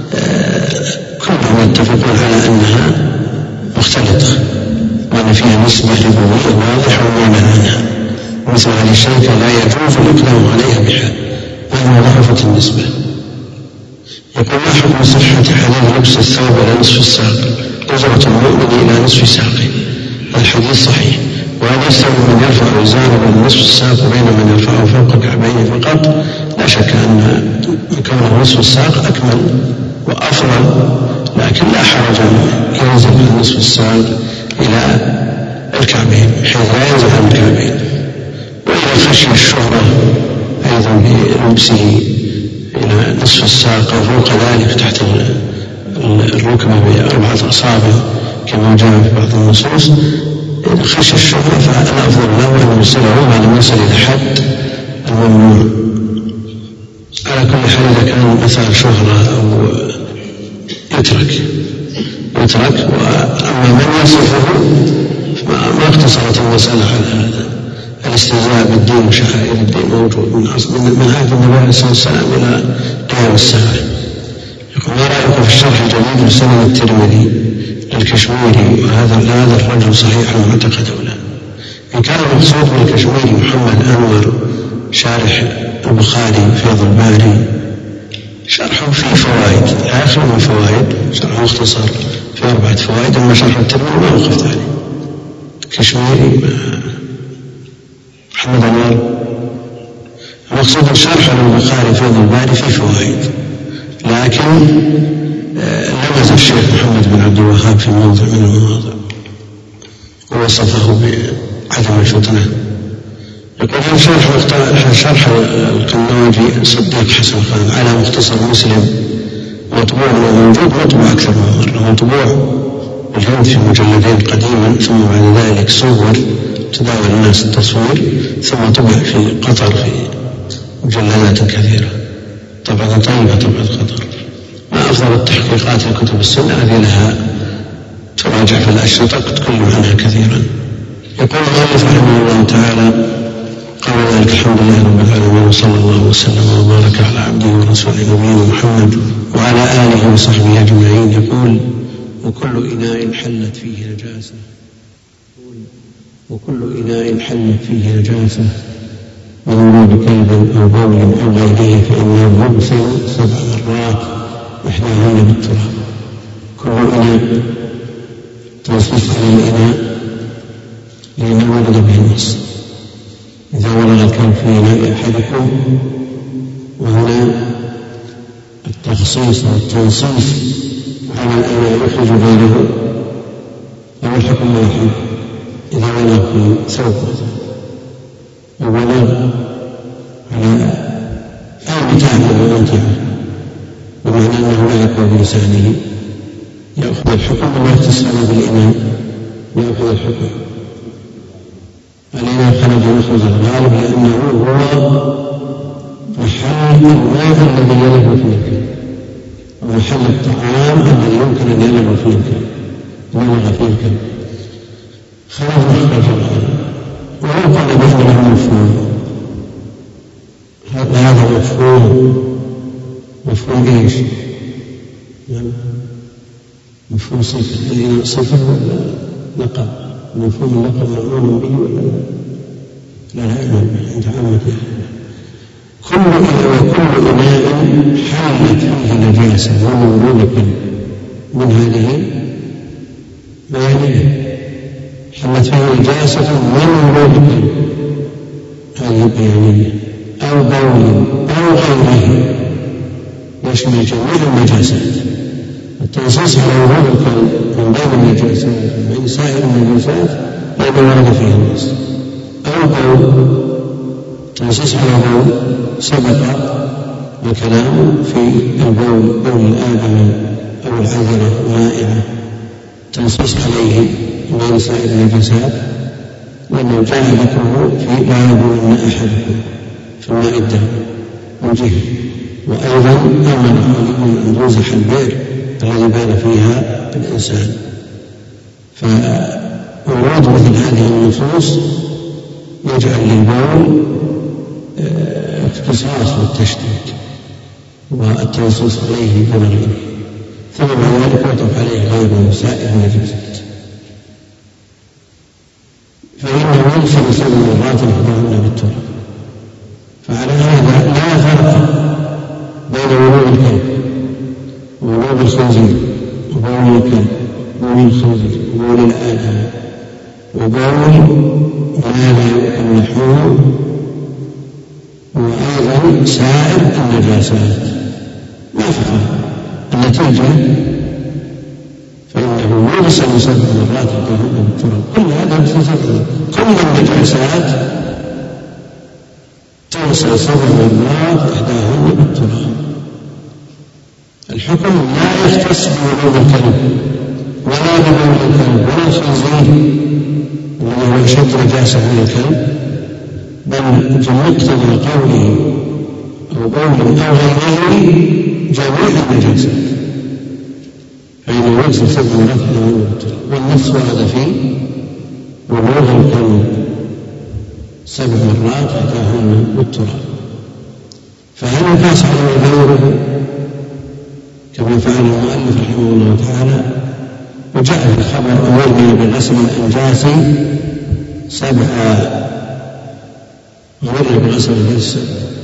كلهم يتفقون على أنها مختلطة وأن فيها نسبة ربوية واضحة ومعنى عنها، مثل هذه الشركة لا يجوز الإقلام عليها بحال مهما ضعفت النسبة. يقول ما حكم صحة حديث لبس الثوب إلى نصف الساق، نظرة المؤمن إلى نصف ساقه؟ الحديث صحيح، وهذا يستوي من يرفع إزاره من نصف الساق وبين من يرفعه فوق كعبيه فقط. لا شك أن كونه نصف الساق أكمل وأفضل، لكن لا حرج أن ينزل من نصف الساق إلى الكعبين حيث لا ينزل عن الكعبين. وإذا خشي الشهرة أيضا بلبسه إلى نصف الساق أو فوق ذلك تحت الركبة ب4 أصابع كما جاء في بعض النصوص، إذا خشي الشهرة فالأفضل له أن يصله ما لم يصل إلى حد الممنوع. على كل حال إذا كان مثلا شهرة أو يترك، وأما من يصفه ما اقتصرت المسألة على هذا. الاستهزاء بالدين وشعائر الدين موجود من عهد النبي عليه الصلاة والسلام إلى قيام الساعة. يقول ما رأيكم في الشرح الجديد لسنن الترمذي للكشميري، وهذا الرجل صحيح معتقد أو لا؟ إن كان المقصود بالكشميري محمد أنور شارح البخاري فيض الباري، شرحه فيه فوائد لا يخلو من فوائد، شرح مختصر في 4 فوائد، أما شرح الترمذي ما وقفت عليه. كشميري محمد أنور المقصود الشرح للبخاري فيض الباري فيه فوائد، لكن لمس الشيخ محمد بن عبد الوهاب في موضع من المواضع ووصفه عدم الفتنة. يقول شرح القنوجي صديق حسن خان على مختصر مسلم مطبوع وموجود مطبوع أكثر من مرة، مطبوع بالهند في مجلدين قديما، ثم بعد ذلك صور تداول الناس التصوير، ثم طبع في قطر في مجلدات كثيرة، طبعا طيبة طبعا قطر. ما أفضل التحقيقات في كتب السنة هذه لها تراجع في الأشرطة تتكلم عنها كثيرا. يقول المؤلف رحمه الله تعالى قال ذلك الحمد لله رب العالمين وصلى الله وسلم وبارك على عبده ورسوله نبينا محمد وعلى آله وصحبه أجمعين. يقول وكل إناء حلت فيه نجاسة، وكل إناء حلت فيه نجاسة من ورود كلب أو بول أو غيره فإنه يغسل 7 مرات إحداهن بالتراب. كل إناء توصف على الإناء لأنه ورد به النص. إذا ولغ الكلب في إناء أحدكم، وهنا التخصيص والتنصيص على الإناء يخرج غيره، أو الحكم واحد. إذا ولغ في ثوب أو ولغ على أي متاع من أمتعه بمعنى أنه لا يقوى بلسانه يأخذ الحكم، ولا يتصل بالإناء يأخذ الحكم. الإناء خرج مخرج الغالب لأنه هو محل الماء الذي يلغ فيه الكلب، ومحل الطعام الذي يمكن أن يلغ فيه الكلب، خرج مخرج الغالب. ولو قال بأنه مفهوم، هذا مفهوم إيش؟ مفهوم صفة ولا لقب؟ مفهوم اللقب معلوم به ولا لا يعلم عند عامة كل إناء حالت فيه نجاسة ومورود من هذه مانية حلت فيه نجاسة ومورود هذه بيانية أو بول أو غيره يشمل جميع النجاسات. التنصيص على ورود الكلب من بين النجاسات ومن سائر النجاسات لأنه ورد فيه النص. أو بول، تنصيص على بول سبق الكلام في البول، بول الآدم أو العذرة المائعة، تنصيص عليه من سائر النجاسات لأنه جاء ذكره في لا يبولن أحدكم في الماء الدائم من جهة. وأيضا أمر أن ينزح البئر الذي بال فيها الإنسان. فورود مثل هذه النصوص يجعل للبول اختصاص والتشديد والتنصيص عليه دون غيره، ثم بعد ذلك يطلق عليه غير سائر النجاسات. فإنه يغسل 7 مرات إحداهن بالتراب. فعلى هذا لا فرق بين ورود الكلب وورود الخنزير وبول الكلب وبول الخنزير وبول الآدم وبول ما لا يؤكل لحمه، وأيضا سائر النجاسات. ما فرق النتيجة فإنه يغسل 7 مرات إحداهن بالتراب. كل هذا بسبب كل النجاسات تغسل 7 مرات إحداهن بالتراب. الحكم لا يختص بورود الكلب ولا ببول الكلب ولا الخنزير الذي هو أشد نجاسة من الكلب، بل مقتضى قوله أو بول أو غيره جميع النجاسات، فإنه يغسل 7 مرات إحداهن بالتراب. والنص ورد فيه ورود الكلب 7 مرات إحداهن بالتراب. فهل يقاس على غيره كما فعل المؤلف رحمه الله تعالى؟ وجاء في الخبر أمرنا بالغسل الأنجاسي 7، أمرنا بالغسل الأنجاسي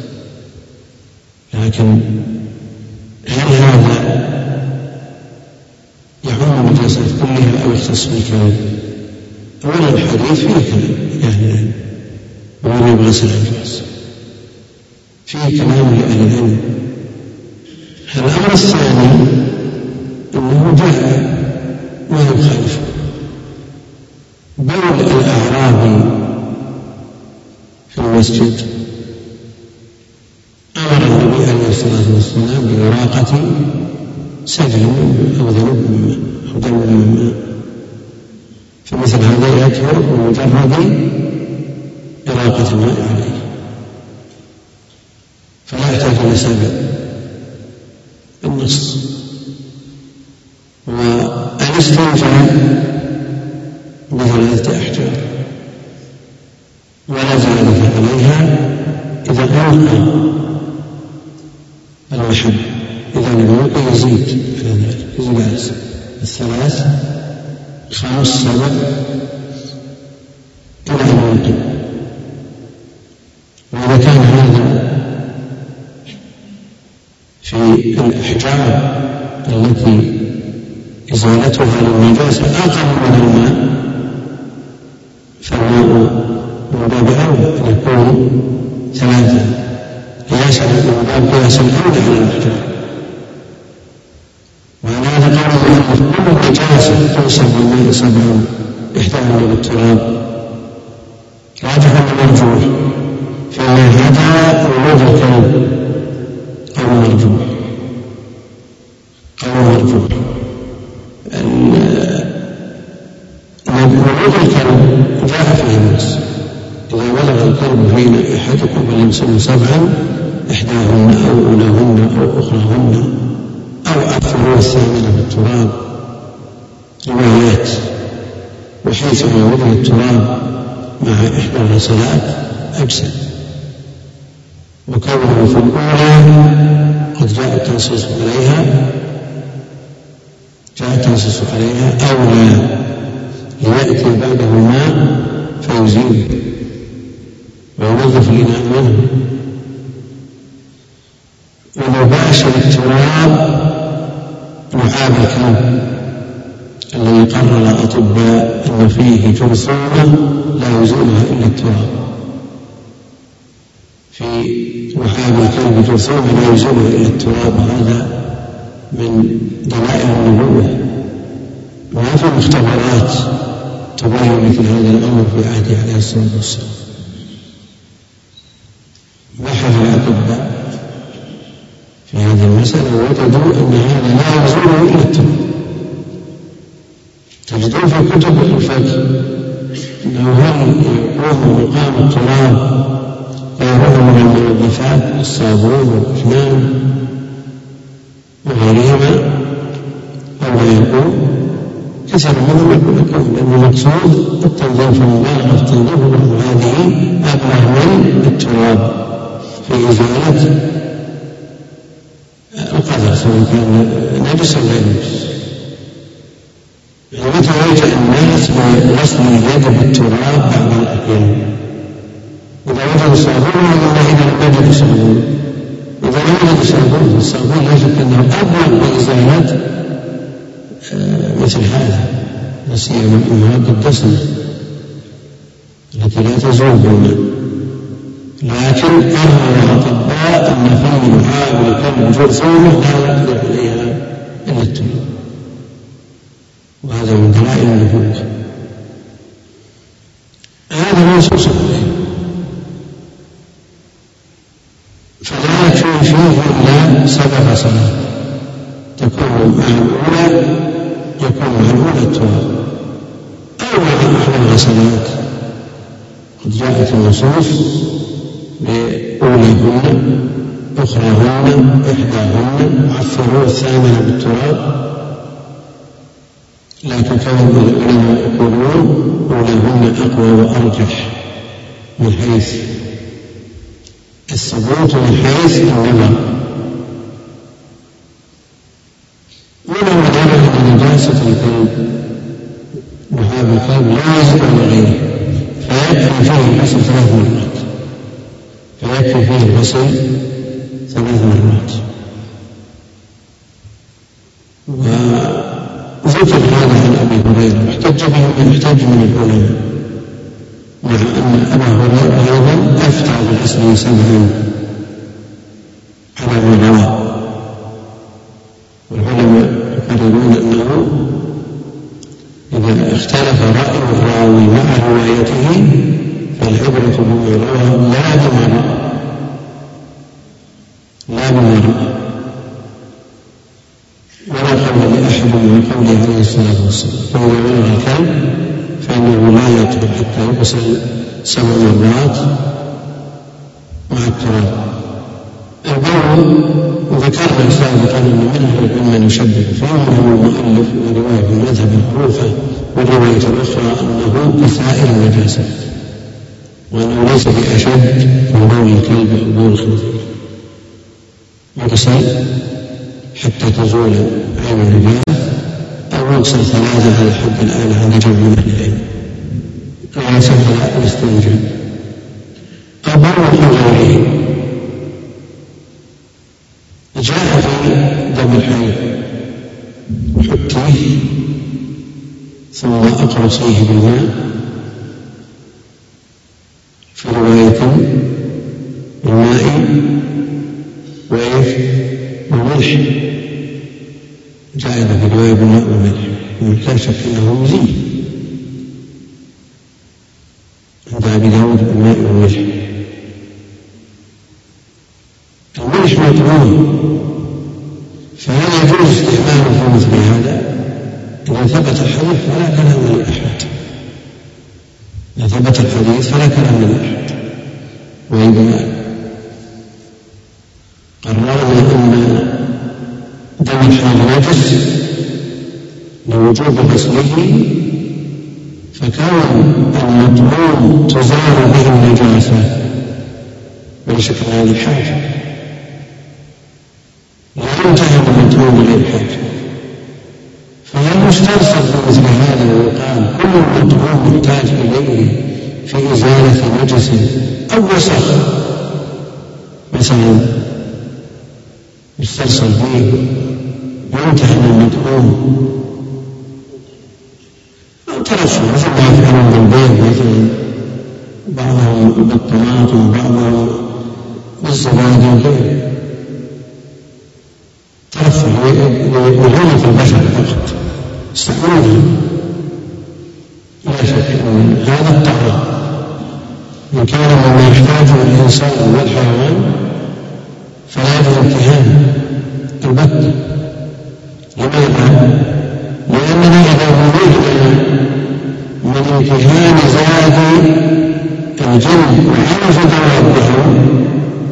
7، لكن هل هذا يعم النجاسات كلها أو يختص بالكلام؟ أولا الحديث فيه كلام يعني أمرنا بالغسل الأنجاس، فيه كلام لأهل العلم. الأمر الثاني أنه جاء ما يخالف بول الأعرابي المسجد أمر النبي عليه الصلاة والسلام بإراقة سجل أو ذنب من ماء، فمثل هذا يكفر بمجرد إراقة الماء عليه، فلا يحتاج إلى سبب بالنص. والاستنجاء بثلاثة أحجار ولا زيادة عليها إذا ألقى المحب، إذا لم يلقى يزيد على ذلك، يزيد الثلاث 5 7 إلى أن يلقى. وإذا كان هذا في الأحجار التي إزالتها للنجاسة أقل من الماء، فالماء من باب أولى أن يكون 3 قياسا الأولى على الأحجار. وعلى هذا قالوا أن كل نجاسة تنسب بالماء 7 إحداهما بالتراب راجح ومرجوح، فما هذا ورود الكلب أو مرجوح ورود الكلب جاء فيه النص: إذا بلغ الكلب حين أحدكم فليمسه 7 إحداهن أو أولاهن أو أخراهن أو أكثر 8 بالتراب. روايات. وحيث يورد التراب مع إحدى الغسلات أجسد، وكونه في الأولى قد جاء التنصيص عليها أولى ليأتي بعده الماء فيزيل وينظف الإناء منه. ومباشر التراب لعاب الكلب الذي قرر الأطباء أن فيه جرثومة لا يزولها إلا التراب، في لعاب الكلب جرثومة لا يزولها إلا التراب، وهذا من دلائل النبوة. ما في مختبرات تبين مثل هذا الأمر في عهده عليه الصلاة والسلام. بحث الأطباء في هذه المسألة ووجدوا أن هذا لا يزول إلا التراب. تجدون في كتب الفقه أنه هل يقوم مقام التراب غيره من المنظفات الصابون والأجنان وغيرهما أو لا يقوم؟ كثير منهم يقول لكم لأن المقصود التنظيف المبالغة في التنظيف، وهذه أبلغ من التراب في إزالة القدر سواء كان نجس أو غير نجس. متى يلجأ الناس بغسل اليد بالتراب بعض الأحيان؟ إذا وجد صابون والله إذا لم يجد صابون، إذا لم يجد صابون الصابون لا شك أنه أبلغ بإزالة مثل هذا، لا سيما المواد الدسمة التي لا تزول بالماء. لكن أرى الأطباء أن فيه لعاب الكلب جرثومة لا يقدر عليها إلا التراب، وهذا من دلائل النبوة. هذا منصوص عليه، فلا يكفي فيه إلا 7 غسلات تكون مع الأولى، يكون مع الأولى التراب، أو مع أحد الغسلات قد جاءت النصوص بأولهن أخراهن إحداهن عفروا 8 بالتراب. لكن كانوا العلماء يقولون أولهن أقوى وأرجح من حيث الثبوت ومن حيث النظر. من المدار أن نجاسة الكلب لعاب الكلب لا يجب على غيره، فيكفي فيه الغسل 3 مرات، وذكر هذا عن أبي هريرة واحتج به من احتج من العلماء، مع أن أبا هريرة أيضا أفتى بالغسل 7 على ما روى. والعلماء يقررون أنه إذا اختلف رأي الراوي مع روايته فالعبرة بما روى لا بمرء ولا قول لأحد من قوله عليه الصلاة والسلام. فإذا ولغ الكلب فإنه لا يطهر حتى يغسل 7 مرات مع التراب. البول ذكرنا سابقا أن منه من يشبه فيه وهو المؤلف ورواية المذهب المعروفة والرواية الأخرى أنه كسائر النجاسات وأنه ليس بأشد من بول الكلب أو بول الخنزير، يغسل حتى تزول عين النجاسة أو يغسل 3 على حد الآلة عند جمع من العلم قياسا على الاستنجاء. أو بول غيره جاء في دم الحيض حكيه ثم أقرصيه بالماء، في رواية الماء وإيش والملح، جاء في رواية بالماء والملح، لا شك أنه مزيد عند أبي داود بالماء والملح. الملح مطعوم، فهل يجوز استعماله في مثل هذا؟ إذا ثبت الحديث فلا كلام لأحد، إذا ثبت الحديث فلا كلام لأحد. وإذا قررنا أن دم الحيض نجس لوجوب غسله، فكون المطعوم تزال به النجاسة بلا شك أن هذه حاجة، لا ينتهي المطعوم إلى الحاجة. فهل يسترسل في مثل هذا ويقال كل المطعوم محتاج إليه في إزالة نجس أو وسخ مثلا يسترسل فيه وينتهي المطعوم، أو ترشح مثل ما يفعلون بالبيض مثلا، بعضهم بالطماطم وبعضهم بالزبادي وغيره، ترفع لغاية البشر فقط استعملها. لا شك أن هذا الطعام إن كان مما يحتاجه الإنسان والحيوان فلا يجوز امتهانه البتة. لماذا؟ لأننا إذا وجدنا من امتهان زاد الجن وعرف دوابهم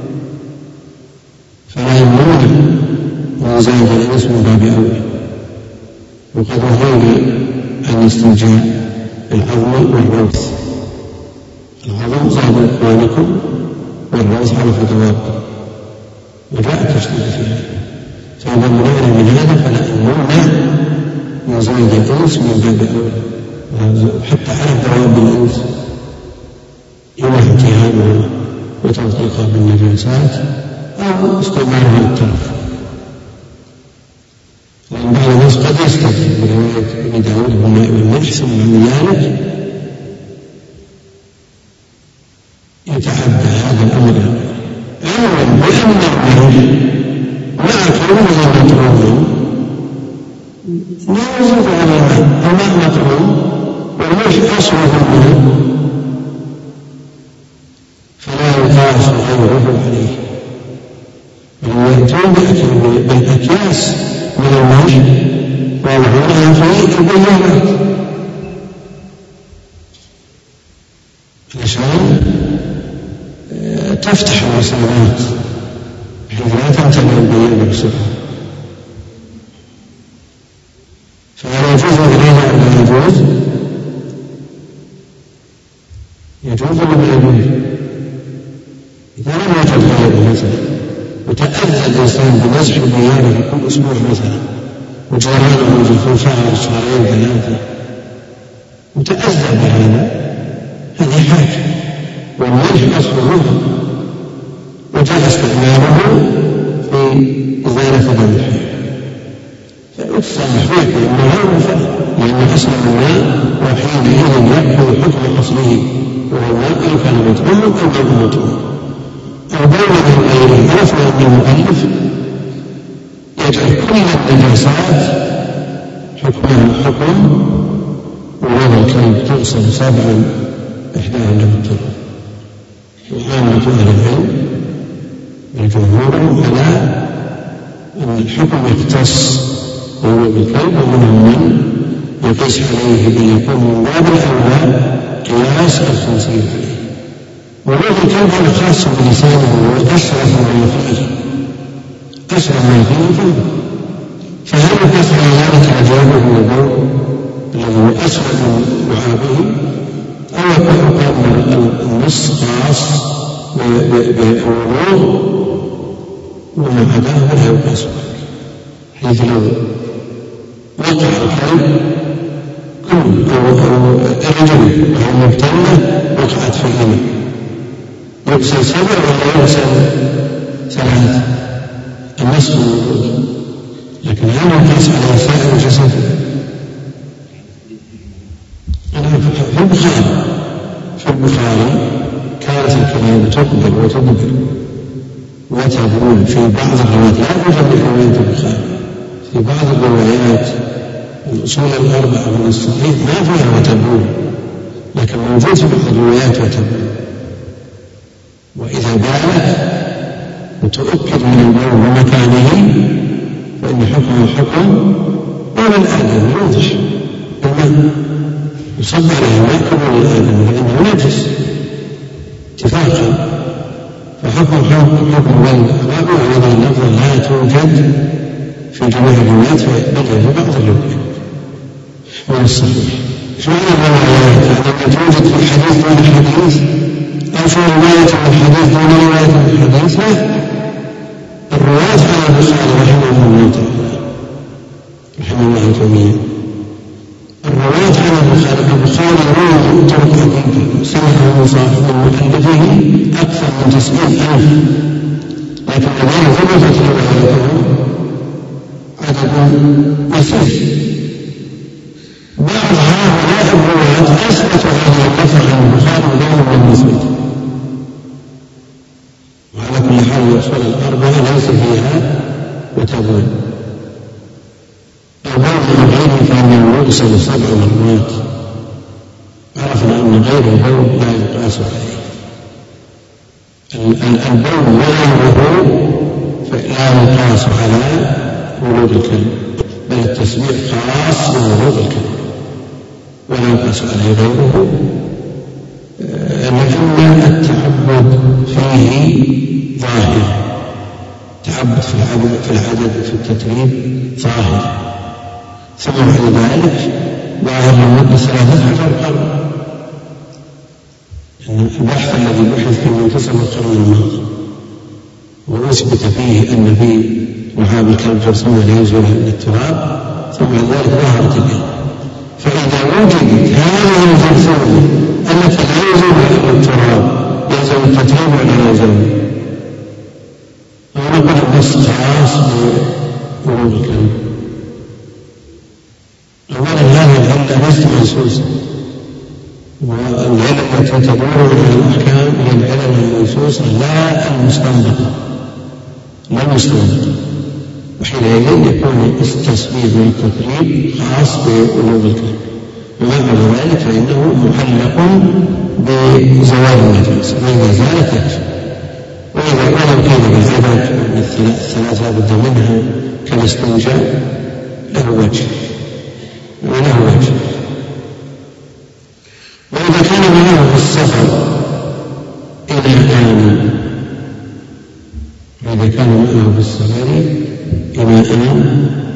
فلا يمنع من زاد الإنس من باب أولى. وقد نهينا عن استنجاء العظم والروث، العظم زاد إخوانكم والروث عرف دوابكم، وجاء التشديد في هذا. فإذا منعنا من هذا فلا نمنع من زاد الإنس من باب أولى، حتى عرف دواب الإنس إما امتهانها وتنطيقها بالنجاسات أو استعمالها للترف. لأن بعض الناس قد يستدل برواية ابن داود بالماء والملح ثم من ذلك يتعدى هذا الأمر علما بأن الملح مع كونه مطعوم لا يزيد على الماء مطعوم والملح أصله الماء، فلا يقاس غيره عليه، بل يأتون بالأكياس من الملح ويضعونها في البيانات علشان تفتح المسامات بحيث لا تمتلئ البيان بسرعة. فهل يجوز إلينا أم لا يجوز؟ يجوز ولا لا يجوز؟ إذا لم يجد غيره مثلا وتأذى الإنسان بنزح البيان في كل أسبوع مثلا وجيرانه يجلسون شهر شهرين 3 وتأذى بهذا، هذه حاجة والملح أصله وجاء استعماله في إزالة دم الحيض فيتسامح فيه لأن أصل الماء وحينئذ يأخذ حكم أصله وهو الماء كان مطعوما أو غير مطعوم أو بين من غيره. عرفنا أن المؤلف يجعل كل النجاسات حكمها حكم، وهذا الكلب تغسل 7 إحداها له التراب عامة أهل العلم الجمهور على أن الحكم يختص بولوغ الكلب، ومنهم من يقيس عليه بأن يكون من باب الأولى قياس الخنزير عليه. ولوغ الكلب هذا خاص بلسانه وأشرف ما يفعله، أشرف ما يفعله، فهل يقاس على ذلك عجابه والبول الذي هو أسود من لعابه، أو يكون النص خاص بالوضوء وما عداه ولا يقاس عليه، حيث لو وقع الكلب أو الرجل وهو مبتلة وقعت في الإناء يغسل 7 ولا يغسل 3 النصف والوضوء، لكن هل يقاس على سائر الجسد؟ في البخاري كانت الكلمة تقبل وتدبر وتبول في بعض الروايات، لا يوجد في رواية البخاري، في بعض الروايات الأصول الأربعة من الصحيح ما فيها وتبول، لكن موجود في بعض الروايات وتبول. وإذا بالت وتؤكد من البول ومكانه فإن حكمه حكم بول الآدم واضح، الماء يصب عليه الماء كبول الآدم لأنه نجس اتفاقا، فحكم حكم بول الآدم وهذه اللفظة لا توجد في جميع الروايات بل في بعض الروايات من الصحيح. شو معنى الروايات؟ يعني توجد في الحديث دون الحديث أو في رواية الحديث دون رواية الحديث؟ لا، الروايات على البخاري رحمه الله تعالى رحمه الله جميعا، الروايات على البخاري روى طرق عديدة سمعه صاحب مؤلفه أكثر من 90,000، لكن الذين ثبتت رواياتهم عدد يسير. بعض هؤلاء الروايات أثبتوا هذا اللفظ عن البخاري وغيره من يثبته، وعلى كل حال الأصول الأربعة ليس فيها وتبول. البول من غيره فإنه يغسل 7 مرات، عرفنا أن غير البول لا يقاس عليه. البول وغيره لا يقاس على ولوغ الكلب، بل التسميع خاص بولوغ الكلب ولا يقاس عليه غيره، لأن التعبد فيه ظاهر، تعبد في العدد في التتريب ظاهر، ثم بعد ذلك ظاهر لمدة 13 قرن. البحث الذي بحث في منتصف القرن الماضي وأثبت فيه أن في لعاب الكلب جرثومة لا يزول من التراب، ثم بعد ذلك ظهرت الكلب، فإذا وجدت هذه الجرثومة التي لا يزول من التراب يلزم التتريب ولا يلزم؟ ونقول النص خاص بولوغ الكلب. أولا هذه العلة ليست منصوصة، والعلة التي تدور على الأحكام هي العلة المنصوصة لا المستنبطة، وحينئذ يكون التسبيب والتتريب خاص بولوغ الكلب، ومع ذلك فإنه معلق بزوال النجاسة، وإذا زالت يكفي. ولو كان بالعدد الثلاثة بد منها كالاستنجاء له وجه. وإذا كان معه في السفر إناء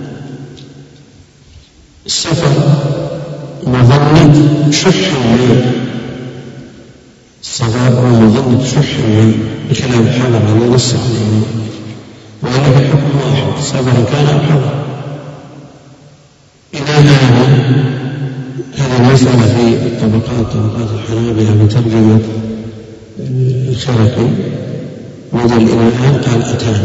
السفر مظنة شح الماء، السفر مظنة شح الماء بكلام الحضر على نص عليه، وهذا بحكم واحد سفر كان أو حضر. هذه المسألة في طبقات الحنابلة بترجمة الخرقي وذا الإناء قال أتان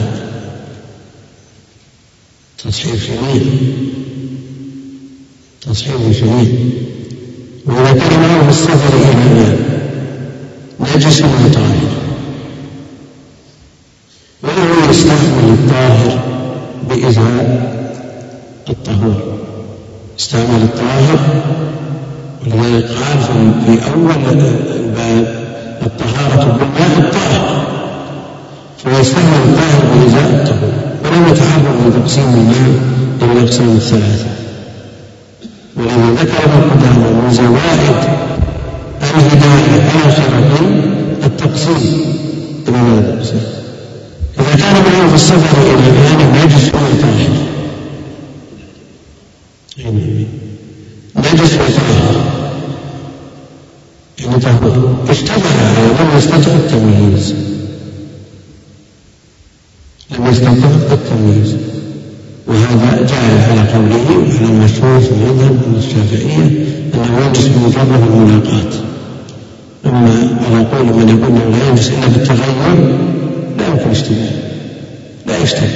تصحيح شديد. وإذا كان معه في السفر إناء نجس وطاهر، وهو يستعمل الطاهر بإزاء الطهور، استعمل الطاهر، ولذلك قال في أول الباب الطهارة بالماء الطاهر، ويستعمل الطاهر بإزاء الطهور، ولم يتحرر من تقسيم الماء إلى الأقسام الثلاثة. ولما ذكر ابن قدامة من زوائد الهداية آخرة التقسيم إلى ماذا التقسيم؟ إذا كان معه في السفر إلى مكان نجس وطاهر، نجس وطاهر يعني طهور، اشتبه عليه لم يستطع التمييز، وهذا جاء على قوله وعلى المشهور في المذهب من الشافعية أنه ينجس بمجرد الملاقاة. أما على قول من يقول أنه لا ينجس إلا بالتغير لا يمكن اشتباه، لا يشتبه،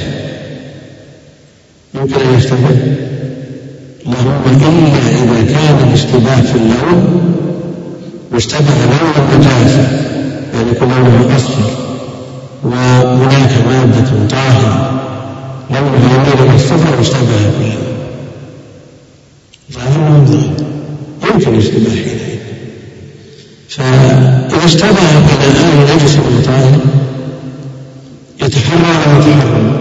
يمكن أن يشتبه اللهم إلا إذا كان الاشتباه في اللون واشتبه لون النجاسة، يعني كل لونه أصفر وهناك مادة طاهرة لونها يميل إلى الصفر واشتبه فيها، ظاهر يمكن اشتباه حينئذ. فإذا اشتبه إلى آل نجس وطاهر يتحرى أو يتحرم؟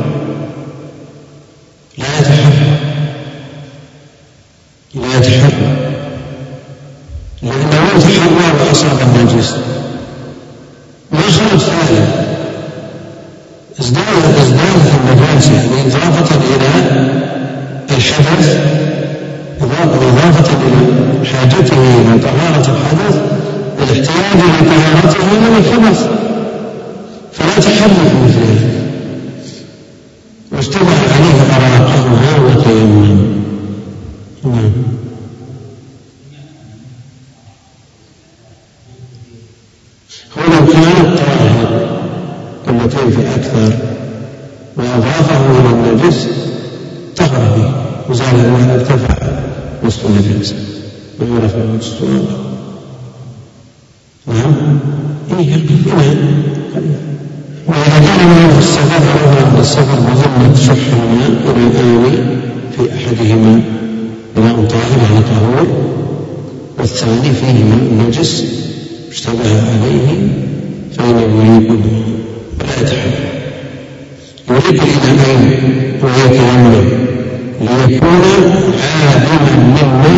لا يتحرى، لأنه لو تحرى وأصاب النجس ما خرج ثالث، ازدادت النجاسة يعني إضافة إلى الحدث، إضافة إلى حاجته إلى طهارة الحدث، الاحتياج إلى طهارته من الحدث، فلا تحرك مثله واشتبه عليه أراقهها وتيمم. ولو كان الطاهر قلتين في أكثر وأضافه إلى النجس طهر به وزال ما ارتفع وسط النجاسة وعرف وسط النجاسة. نعم وإذا كان من السفر أو السفر بذمة شح الماء إلى الآوي في أحدهما ماء طاهر يعني طهور، والثاني فيه ماء نجس اشتبه عليه فإنه يريق ولا يتحرك، يريق إلى أين ويتيمم ليكون عادما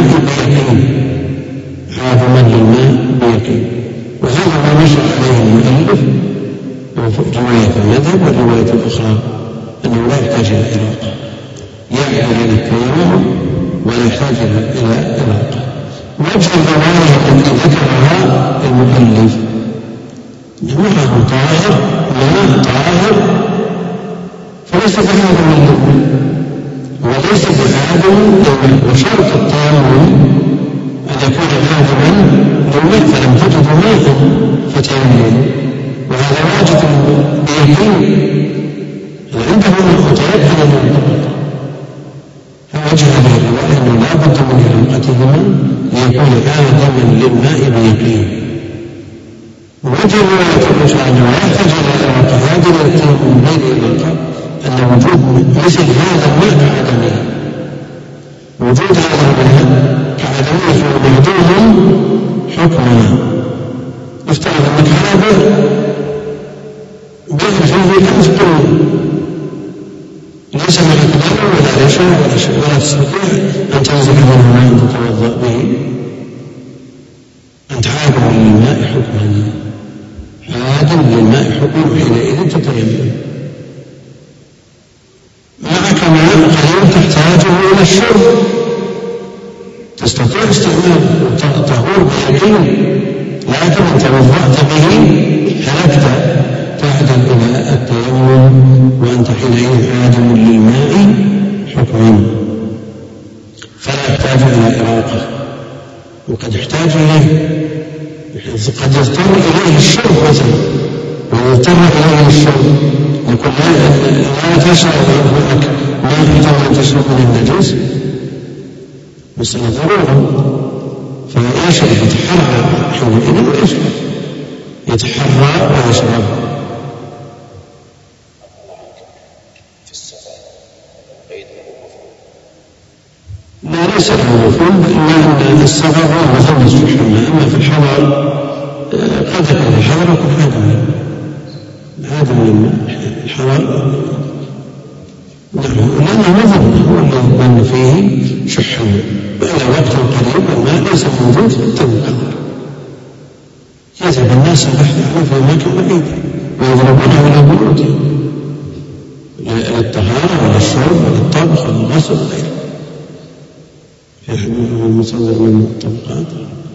للماء بيقين، وهذا ما نشر عليه المؤلف رواية المذهب والرواية الأخرى أنه لا يحتاج إلى إراقة، يعمل إلى التيمم ولا يحتاج إلى إراقة. وجه الرواية التي ذكرها المؤلف معه طاهر ماء طاهر فليس بهذا من وليس بهذا للماء، وشرط التيمم أن يكون عادما للماء، فلم تجد ماء فتيمم، وهذا واجب بيقين عنده من متيقن من فوجه هذه الرواية أنه لا بد من إراقتهما ليكون عادما للماء بيقين. ووجه الرواية الأخرى أنه لا يحتاج إلى إراقة، هذه التي من غير إراقة أن وجود مثل هذا الماء كعدمه، وجود هذا الماء كعدمه فمعدوم حكما. يفترض أنك هذا بئر فيه 1000 قرون ليس معك دار ولا رشا ولا تستطيع أن تنزل منه ماء تتوضأ به، أنت عادم للماء حكما، عادم للماء حكما، حينئذ تتيمم. معك ماء قليل تحتاجه إلى الشرب تستطيع استعماله طهور بيقين، لكن أن توضأت به هلكت، تعدم إلى التيمم وأنت حينئذ عادم للماء حكما، فلا يحتاج إلى إراقة. وقد يحتاج إليه، قد يضطر إليه الشرب مثلا، ويضطر إليه الشرب يقول لا تشرب معك ماء إذا تشرب من النجس مسألة ضرورة، فيشرب يتحرى حينئذ ويشرب، يتحرى ويشرب. لا ليس له مفهوم، إلا أن السفر هو مثل الشح الماء، أما في الحضر قد يكون الحضر يكون عادم للماء. الحرام. نعم، لأنه نظر هو الذي يظن فيه شح بعد وقت قريب الماء ليس موجود في التنقل، يذهب الناس البحث عنه في أماكن بعيدة ويضربونه إلى بيوتهم للطهارة وللشرب وللطبخ وللغسل وغيره. في المصور من الطبقات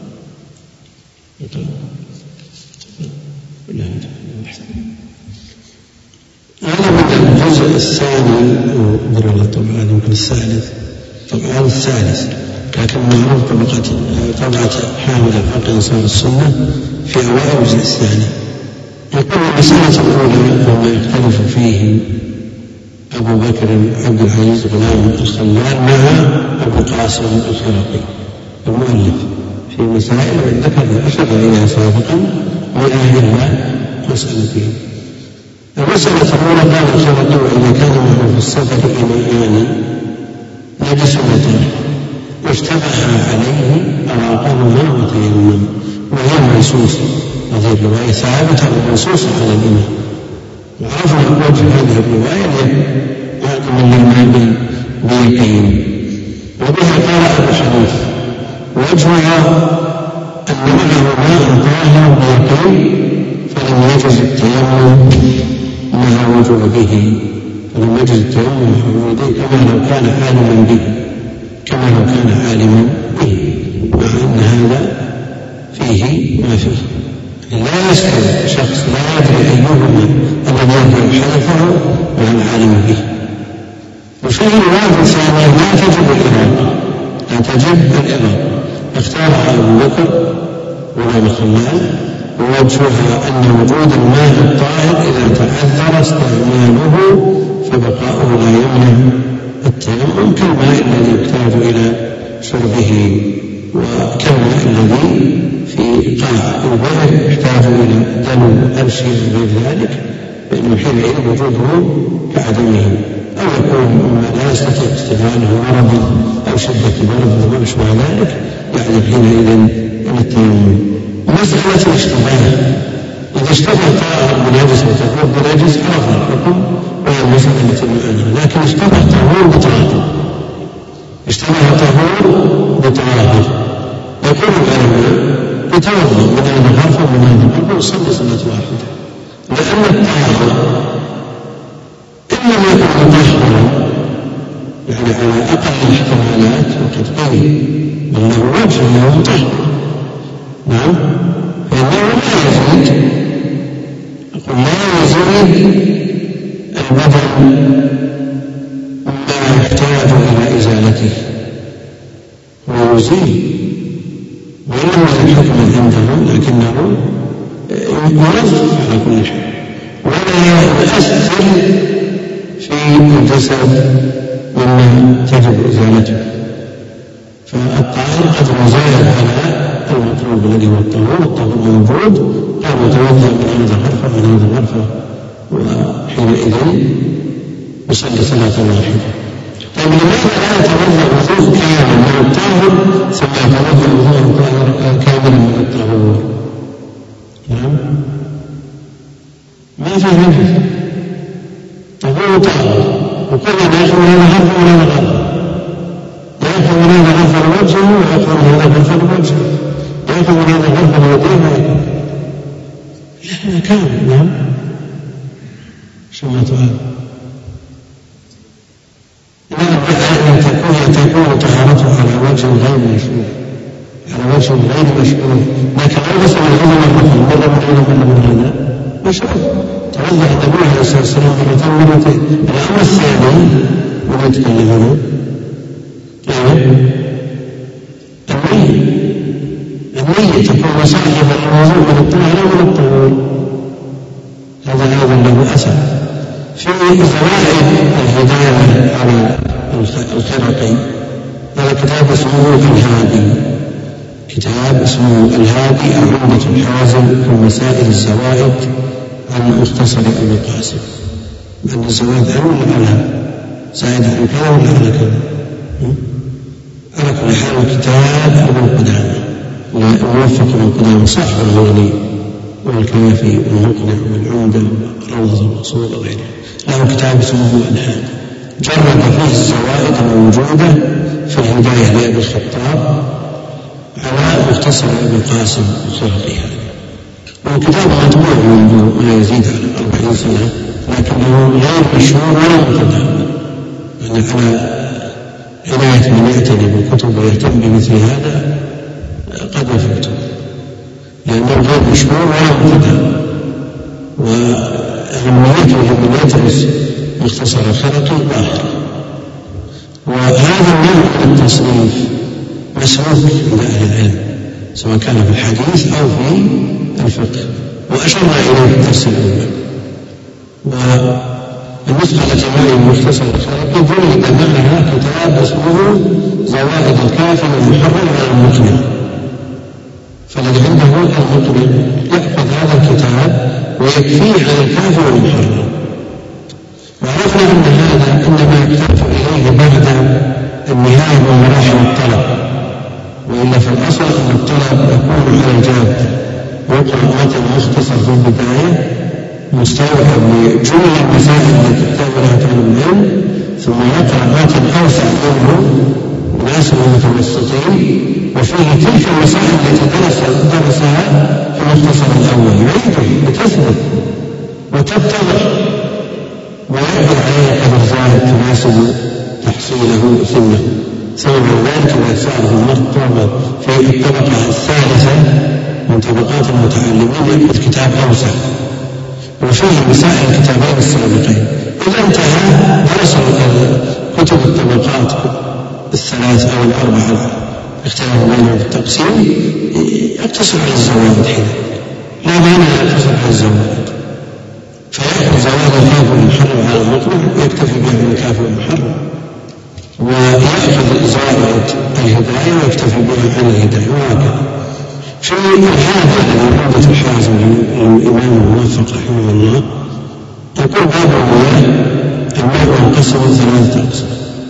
هذا من الجزء الثاني من الطبعات، يمكن الطبعات الثالث، لكن معروف طبعة حامل الحق أنصار السنة في أوائل الجزء الثاني. يقول المسألة الأولى وما يختلف فيه أبو بكر عبد العزيز غلام الخلال مع أبو قاسم الخرقي المؤلف في مسائل ذكر أشار إليها سابقا ولا إلا مسألتين. المسألة الأولى قال الخرقي: وإذا كان معه في السفر إناءان نجس وتر واشتبه عليه أراقهما وتيمم، وهي منصوصة. هذه الرواية ثابتة ومنصوصة على الإمام، وعرفنا وجه هذه الرواية يحكم للماء بيقين، وبها قال أبو حنيفة: وجهها أن معه ماء طاهر بيقين فلم يجز التيمم مع وجوده، فلم يجز التيمم مع وجوده كما لو كان عالما به، مع أن هذا فيه ما فيه. لا يستوي شخص لا يدري أيهما الذي يرفع حدثه مع العالم به. وفيه رواية ثانية لا تجب الإراقة، اختارها أبو بكر غلام الخلال، ووجهها أن وجود الماء الطاهر إذا تعذر استعماله فبقاؤه لا يمنع التيمم، كالماء الذي يحتاج إلى شربه، وكالماء الذي في قاع البئر يحتاج إلى دلو أرشي وغير ذلك، فإنه حينئذ وجوده كعدمه، أو يكون لا يستطيع استعماله مرض أو شدة مرض وما أشبه ذلك، يعني حينئذ إلى التيمم. مسألة الاشتباه: إذا اشتبه طاهر بنجس وطهور بنجس عرف الحكم وهي المسألة التي معنا، لكن اشتبه طهور بطاهر يقول العلماء يتوضأ من هذا الغرفة ومن هذا الغرفة ويصلي صلاة واحدة، لأن الطاهر إن لم يكن مطهرا يعني على أقل الاحتمالات وقد قيل بل له وجه أنه مطهر، نعم، فإنه لا يزيد البدن ما يحتاج إلى إزالته ويزيل، ولم يزل حكما عنده لكنه يرفع على كل شيء ولا يؤثر في الجسد مما تجب إزالته. فالطاهر قد يزال على المطلوب الذي هو الطهور موجود، قال يتوضأ من هذا الغرفة ومن هذا الغرفة، وحينئذ يصلي صلاة واحدة. طيب لماذا لا يتوضأ وضوء كامل من الطاهر ثم يتوضأ وضوء كامل من الطهور؟ نعم، ما في نفس طهور طاهر، وكل يأخذ هذا غرفة وهذا غرفة، يأخذ من هذا غرفة لوجهه ويأخذ من هذا غرفة لوجهه، يأخذ من هذا غرفة ليديه، لا كامل. نعم، شو ما تقول تكون طهارته على وجه غير مشروع، لكن لو وصل العلم مرة مشروع توضأ النبي عليه الصلاة والسلام مرتين. الأمر الثاني ولا يتكلم عنه النية تكون صاحب الوضوء من الطهارة ومن الطهور، هذا أيضا له أثر في فوائد الهداية على الخرقي. هذا كتاب اسمه الهادي عمدة الحازم في مسائل الزوائد عن مختصر أبي قاسم. عن الزوائد ولا على زائد عن كذا ولا على كذا؟ على كل حال كتاب ابن قدامة موفق ابن قدامة صاحب المغني والكافي والمقنع والعمدة وروضة الأصول وغيره. له كتاب اسمه الهام، جرد فيه الزوائد الموجودة في الهداية لأبي الخطاب على مختصر أبي القاسم الخرقي. والكتاب مطبوع منذ ما يزيد على 40 سنة، لكنه غير مشهور ولا منتدى. يعني على عناية من يعتني بالكتب ويهتم بمثل هذا قد وفقته، لأنه غير مشهور ولا منتدى، وأهميته من يدرس مختصر الخرقي ظاهرة. وهذا النوع من التصنيف مسلوك عند أهل العلم سواء كان في الحديث أو في الفقه، وأشرنا إليه في الدرس الأول. والنسخة التي معي من مختصر الخرقي ضمن معها كتاب اسمه زوائد الكافي والمحرر على المقنع، فالذي عنده المقنع يأخذ هذا الكتاب ويكفيه عن الكافي والمحرر. وعرفنا أن هذا إنما يحتاج إليه بعد النهاية من مراحل الطلب، وإلا في الأصل أن الطلب يكون على الجاد، يقرأ متن مختصر في البداية مستوعب لجمل المسائل التي تحتاج لها طالب العلم، ثم يقرأ متن أوسع منه مناسب للمتوسطين وفيه تلك المسائل التي درسها في المختصر الأول، يعيده لتثبت وتتضح، ويأخذ عليه الزائد تناسب تحصيله سنه. سبب ذلك إذا سأله المطلوب في الطبقة الثالثة من طبقات المتعلمين يأخذ كتاب أوسع وفيه مسائل الكتابين السابقين. إذا انتهى درس كتب الطبقات الثلاث أو الأربعة اختلاف بينهم في التقسيم يقتصر على الزوائد حين لا مانع يقتصر على الزوائد، فيأخذ زوائد الكافي والمحرر على المطلق ويكتفي بها من الكافي والمحرر، ويأخذ زوائد الهداية ويكتفي بها عن الهداية، وهكذا. في هذا العمدة الحازم للإمام الموفق رحمه الله يقول باب المياه الماء ينقسم 3 أقسام.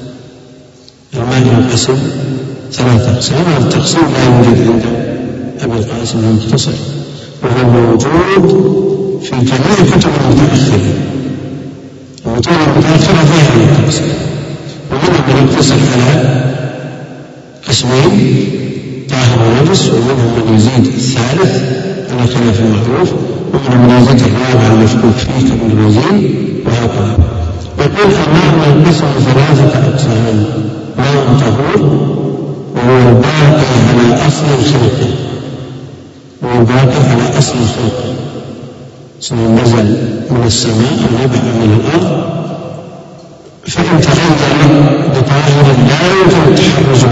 الماء ينقسم 3 أقسام، هذا التقسيم لا يوجد عند أبي القاسم المختصر، وهو موجود في جميع كتب المتأخرين. الكتب المتأخرة فيها هذا التقسيم، ومنهم من يقتصر على قسمين طاهر ونجس، ومنهم من يزيد الثالث على خلاف المعروف، ومنهم من يزيد الرابع المشكوك فيه كابن الوزين، وهكذا. يقول الماء ينقسم 3 أقسام: ماء طهور وهو الباقي على أصل الخلق، سواء نزل من السماء أو نبع من الأرض، فإن تغير بطاهر لا يمكن التحرز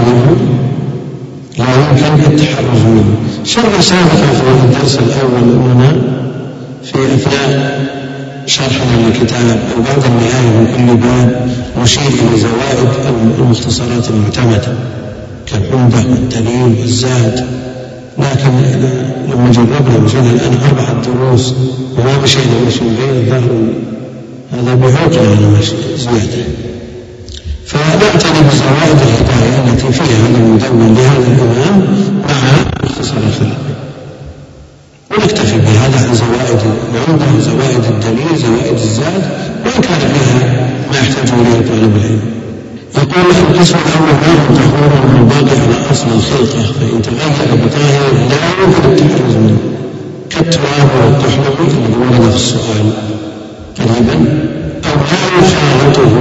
منه. شرح سابقا في الدرس الأول أننا في أثناء شرحنا للكتاب وبعد النهاية من كل باب نشير إلى زوائد المختصرات المعتمدة كالعمدة والدليل والزاد، لكن لما جربنا مشينا الآن 4 دروس وما مشينا بين الظهر هذا بعوقنا على زيادة. فنعتني بزوائد الهداية التي فيها هذا المدون لهذا الإمام مع مختصر الخلقي، ونكتفي بهذا عن زوائد العمدة، زوائد الدليل، زوائد الزاد، وإن كان فيها ما يحتاج إليه طالب العلم. يقول القسم الأول ماء طهور وهو الباقي على أصل الخلقة، فإن تغير بطاهر لا يمكن التحرز منه، كالتراب والطحلب الذي ورد في السؤال قريبا، أو لا يخالطه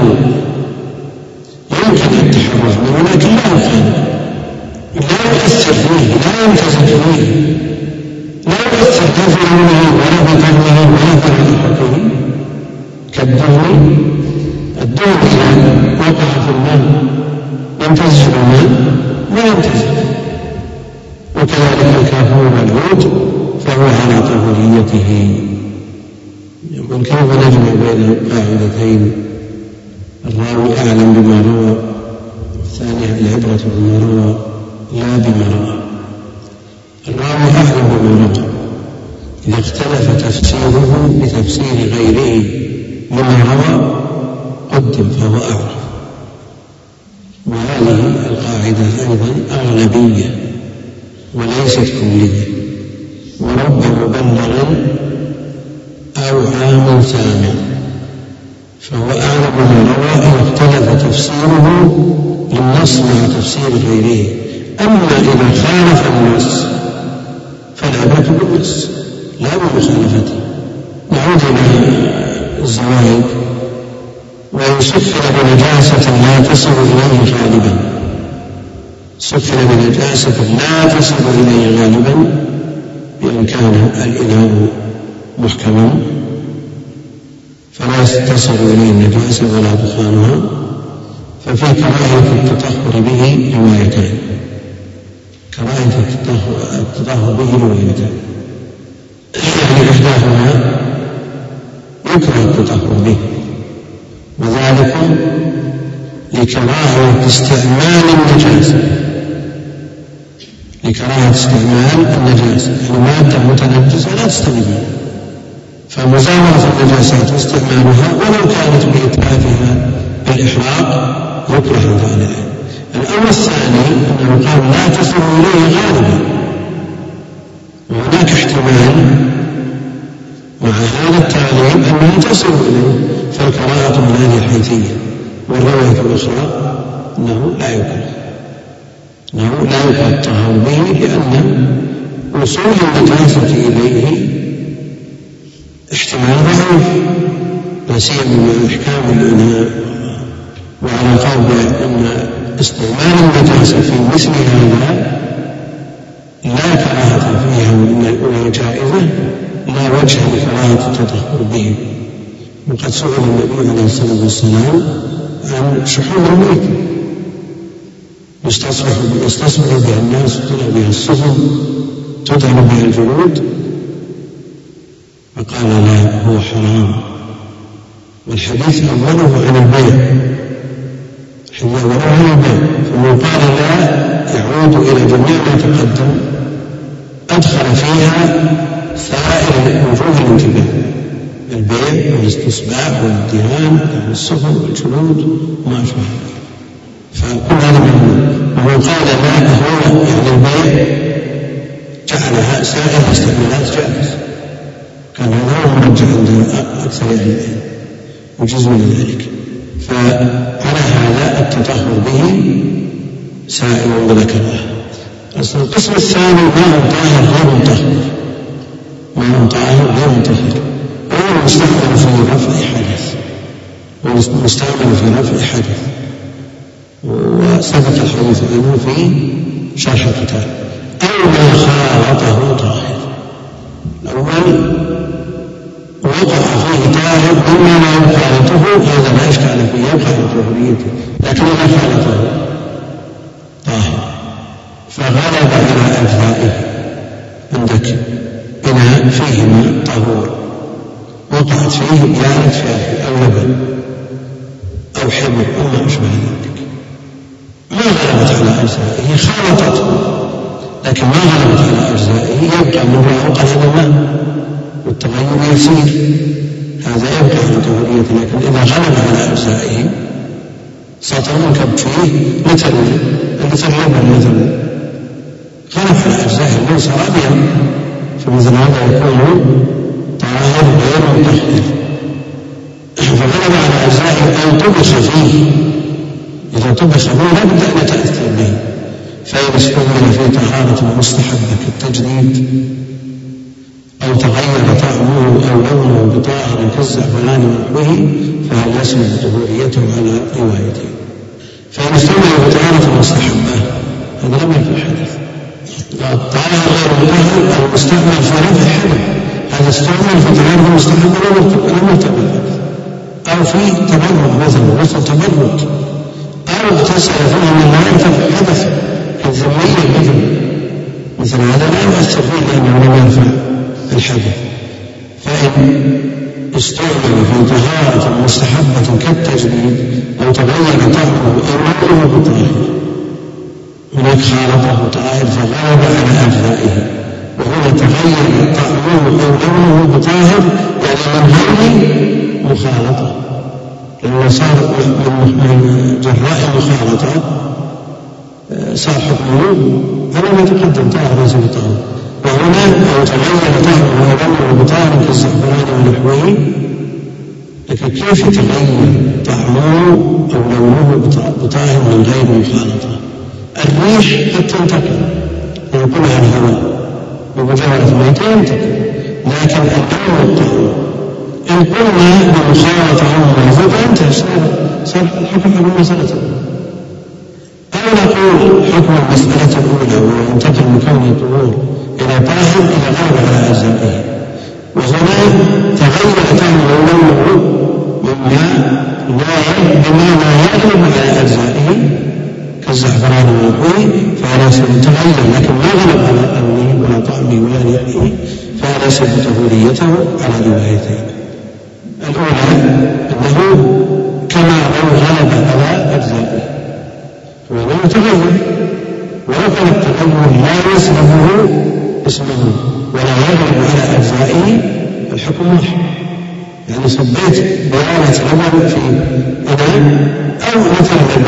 يمكن التحرز منه لكن لا يخالط، لا يؤثر فيه، لا يمتزج فيه، لا يؤثر لا في لونه ولا في طعمه ولا في رائحته، كالدهن. الدهن إذا وقع في الماء يمتزج بالماء لا يمتزج، وكذلك الكافور والعود فهو على طهوريته. يقول كيف نجمع بين قاعدتين: الراوي أعلم بما روى، الثانية العبرة بما روى لا بما رأى. الراوي أعلم بما روى، إذا اختلف تفسيره بتفسير غيره لما روى قدم فهو أعرف. وهذه القاعدة أيضا أغلبية وليست كلية، ورب مبلغ أو عام سامع، فهو أعلم من روى إن اختلف تفسيره للنص مع تفسير غيره. أما إذا خالف النص فلا بد بالنص لا بمخالفته. نعود إلى الزوائد. وإن سفل بنجاسة لا تصل إليه غالبا، سفل بنجاسة لا تصل إليه غالبا بأن كان الإناء محكما فلا تصل إليه النجاسة ولا دخانها، ففي كراهية التطهر به روايتان، كراهية التطهر به روايتان، يعني إحداهما يكره التطهر به، وذلك لكراهية استعمال النجاسة، لكراهية استعمال النجاسة، يعني مادة متنجسة لا تستوي بها، فمزاولة النجاسات واستعمالها ولو كانت بإتلافها بالإحراق يكره عند أهل العلم. الأمر الثاني أنه قال لا تصل إليه غالبا، وهناك احتمال مع هذا التعليم أنها تصل إليه، فالكراهة من هذه الحيثية. والرواية الأخرى أنه لا يكره، أنه لا يكره الطهر به، لأن وصول النجاسة إليه احتمال ضعيف، لا سيما من أحكام الإناء. وعلى قول أن استعمال النجاسة في مثل هذا لا كراهة فيها ولا جائزة، لا وجه لكراهة التطهر به. وقد سئل النبي عليه الصلاة والسلام عن شحوم الميت يستصبح بها الناس، تدعى بها السفن، تدعى بها الجلود، فقال لا، هو حرام. والحديث أوله عن البيع، الحديث أوله عن البيع، فمن قال لا يعود إلى جميع ما تقدم، أدخل فيها سائر وجوه الانتباه، البيع والاستصباح والادهان والسفن والجلود وما أشبه ذلك. فكل هذا منه. ومن قال لا هو يعني البيع جعلها سائر الاستعمالات جائز، كان هذا هو مرجع عند أكثر أهل العلم وجزء من ذلك. فعلى هذا التطهر به سائر وذكره. القسم الثاني ماء طاهر غير مطهر، ماء طاهر غير مطهر، وهو مستعمل في رفع حدث، ومستعمل في رفع حدث، وسبق الحديث عنه في شرح الكتاب. أو ما خالطه طاهر، الأول وقع فيه طاهر مما لا يخالطه، هذا لا إشكال فيه، يبقى في طهوريته، لكن إذا خالطه طاهر فغلب على أجزائه، عندك إناء فيه ماء طهور وقعت فيه بيانة شافي أو لبن أو حمر أو ما أشبه ذلك، ما غلبت على أجزائه، خالطته لكن ما غلبت على أجزائه، يبقى من فوق هذا ماء والتغير يسير، هذا يبقى على طهوريته. لكن إذا غلب على أجزائه سطر كب فيه مثل اللبن مثلا، غلب على أجزائه الماء صار أبيض، فمثل هذا يكون طاهر غير مطهر. فغلب على أجزائه أو طبخ فيه، إذا طبخ فيه لا بد أن يتأثر به، فإن استعمل في طهارة مستحبة كالتجديد أو تغير طعمه أو لونه بطاهر كالزعفران ونحوه فهل يسمى طهوريته على روايته. فإن استعمل في طهارة مستحبة هذا لم يكن حدث. الطاهر غير مطهر المستعمل في رفع حدث، هذا استعمل في طهارة مستحبة لا مرتبط، أو في تبرد مثلا وصل تبرد، أو اغتسل فيه من لا ينفع حدث كالذمية مثل هذا لا يؤثر فيه لأنه لم ينفع الحدث. فإن استعمل في طهارة مستحبة كالتجديد أو تغير طعمه أو لونه بطاهر، هناك خالطه طاهر فغلب على أجزائه، وهنا تغير طعمه أو لونه بطاهر، يعني من غير مخالطة، لأنه صار من جراء المخالطة صار حكمه على ما تقدم طاهر ليس بطاهر. وهنا أو تغير طعمه أو لونه بطاهر كالزعفران ونحوه، لكن فكيف يتغير طعمه أو لونه بطاهر من غير مخالطة؟ الريح قد تنتقل ينقلها الهواء بمجرد ما تنتقل، لكن اللون والطعم إن قلنا بمخالطة أو موجود انتهى صار الحكم على المسألة. أو نقول حكم المسألة الأولى وينتقل من كون الطهور إلى طاهر إلى غالب على أجزائه، وهنا تغير طعمه ولونه بما لا يغلب على أجزائه كالزعفران والبوي، فهذا سيتغير، لكن ما غلب على لونه ولا طعمه ولا ريحه، فهذا يثبت طهوريته على روايتين. الأولى أنه كما لو غلب على أجزائه، وهو تغير، ولكن التغير لا يسلبه اسمه ولا يغلب على أجزائه، الحكم واحد. يعني صبيت بيانة لبن في إناء أو مثل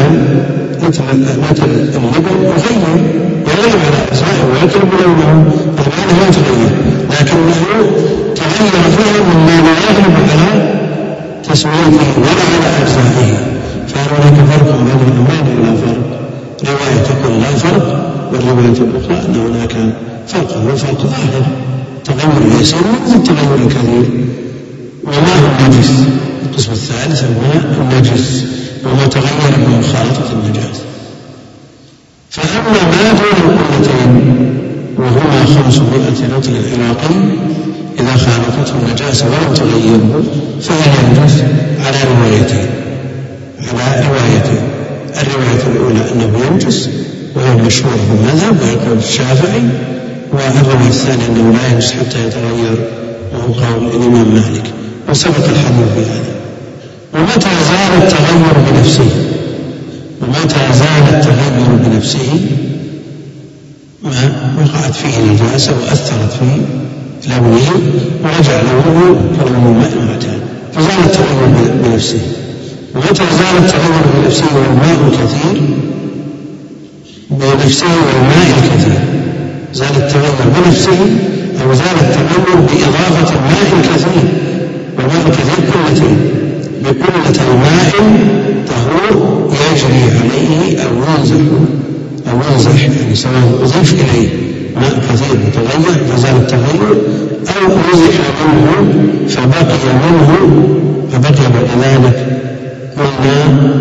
اللبن يغير على أجزائه ولكن لونه المعنى لا يتغير، لكنه تغير فيها مما لا يغلب على تسويته ولا على أجزائه. فهناك فرق بين الأمرين ولا فرق؟ رواية تقول لا فرق، والرواية الأخرى أن هناك فرق، والفرق ظاهر، تغير يسير من تغير كثير. وماء النجس القسم الثالث الماء النجس وما تغير بمخالطة النجاسة. فأما ما دون القلتين وهما 500 رطل عراقي إذا خالطته النجاسة ولم تغيره فهي ينجس على روايتين. الرواية الأولى أنه ينجس وهو المشهور في المذهب ويقول الشافعي، والرواية الثانية أنه لا ينجس حتى يتغير وهو قول الإمام مالك، وسبق الحديث بهذا. ومتى زال التغير بنفسه ما وقعت فيه نجاسة وأثرت في لونه ورجع لونه كلون الماء المعتاد، فزال التغير بنفسه. ومتى زال التغير بنفسه والماء الكثير زال التغير بنفسه أو زال التغير بإضافة الماء الكثير، والماء الكثير بقلة الماء طهور يجري عليه أو ينزح يعني سواء أضيف إليه ماء كثير متغير فزال التغير، أو نزح منه فبقي بعد ذلك قلنا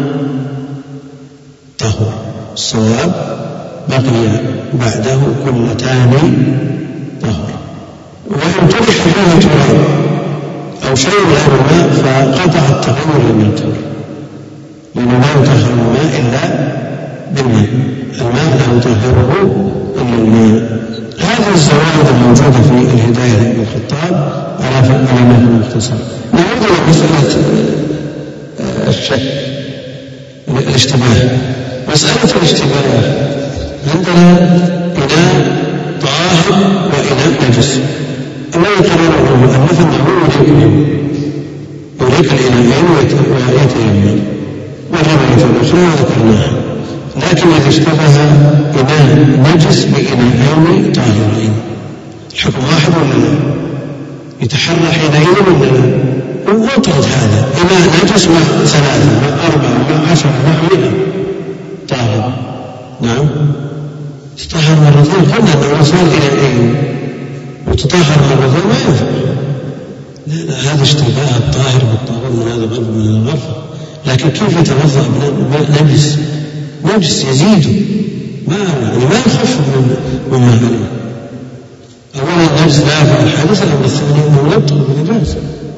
طهور. الصواب بقي بعده كلتان طهور. وإن طرح فيه تراب أو شيء غير الماء فقطع التغير لم يطهر، لأنه لا يطهر الماء إلا بالماء، الماء لا يطهره إلا الماء. هذه الزوائد الموجودة في الهداية لابن الخطاب على فهمه المختصر. نعود إلى مسألة الشك الاشتباه. مسألة الاشتباه عندنا إناء طاهر وإناء نجس. الله يقرر المؤلف أنه يريك الإناءين ويتيمم، والرواية الأخرى ذكرناها. لكن إذا اشتبه إناء نجس بإناءين طاهرين الحكم واحد ولا لا؟ يتحرى حينئذ ولا لا؟ وأطرد هذا إناء نجس مع 3 مع 4 مع 10 مع 100 طاهر، نعم تطهر مرتين، قلنا أنه وصل إلى أين وتطهر مرتين ما ينفع. لا هذا اشتباه الطاهر بالطاهر من هذا غرف من هذا غرف. لكن كيف يتوضأ بماء نجس يزيده ما يخف مما عليه. أولا النجس لا يفعل الحادث، الأمر الثاني أنه يبطل بنجاسة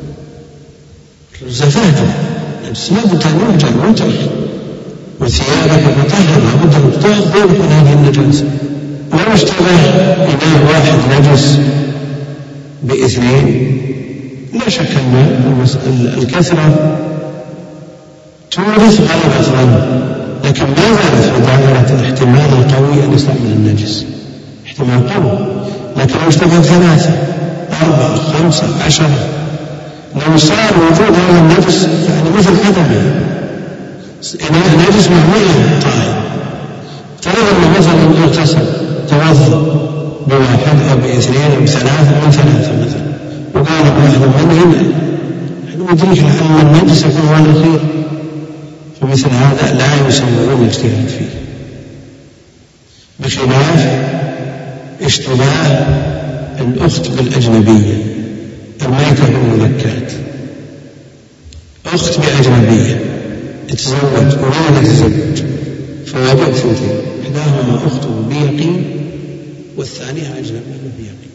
زفاته نجس لابد أن يوجد وثيابك مطهرة لابد أن تطهر بينك من هذه النجاسة. لو اشتبه إناء واحد نجس باثنين لا شك أن الكثرة تورث غلبة الظن، لكن ما زالت في دائرة الاحتمال القوي أن يستعمل النجس، احتمال قوي. لكن لو اشتبه 3 4 5 10 لو صار وجود هذا النجس يعني مثل عدمه إناء نجس مع 100 طاهر، فرض أنه مثلا اغتسل توضأ ب1 أو ب2 أو ب3 أو ب3 مثلا وقال بواحد منهم يدرك لعل النجس يكون هو الأخير، فمثل هذا لا يسوغون الاجتهاد فيه، بخلاف اشتباه الأخت بالأجنبية، الميتة بالمذكات، أخت بأجنبية تتزوج ولا تتزوج، فواجب ثنتين، إحداهما أخته بيقين والثانية أجنبية بيقين.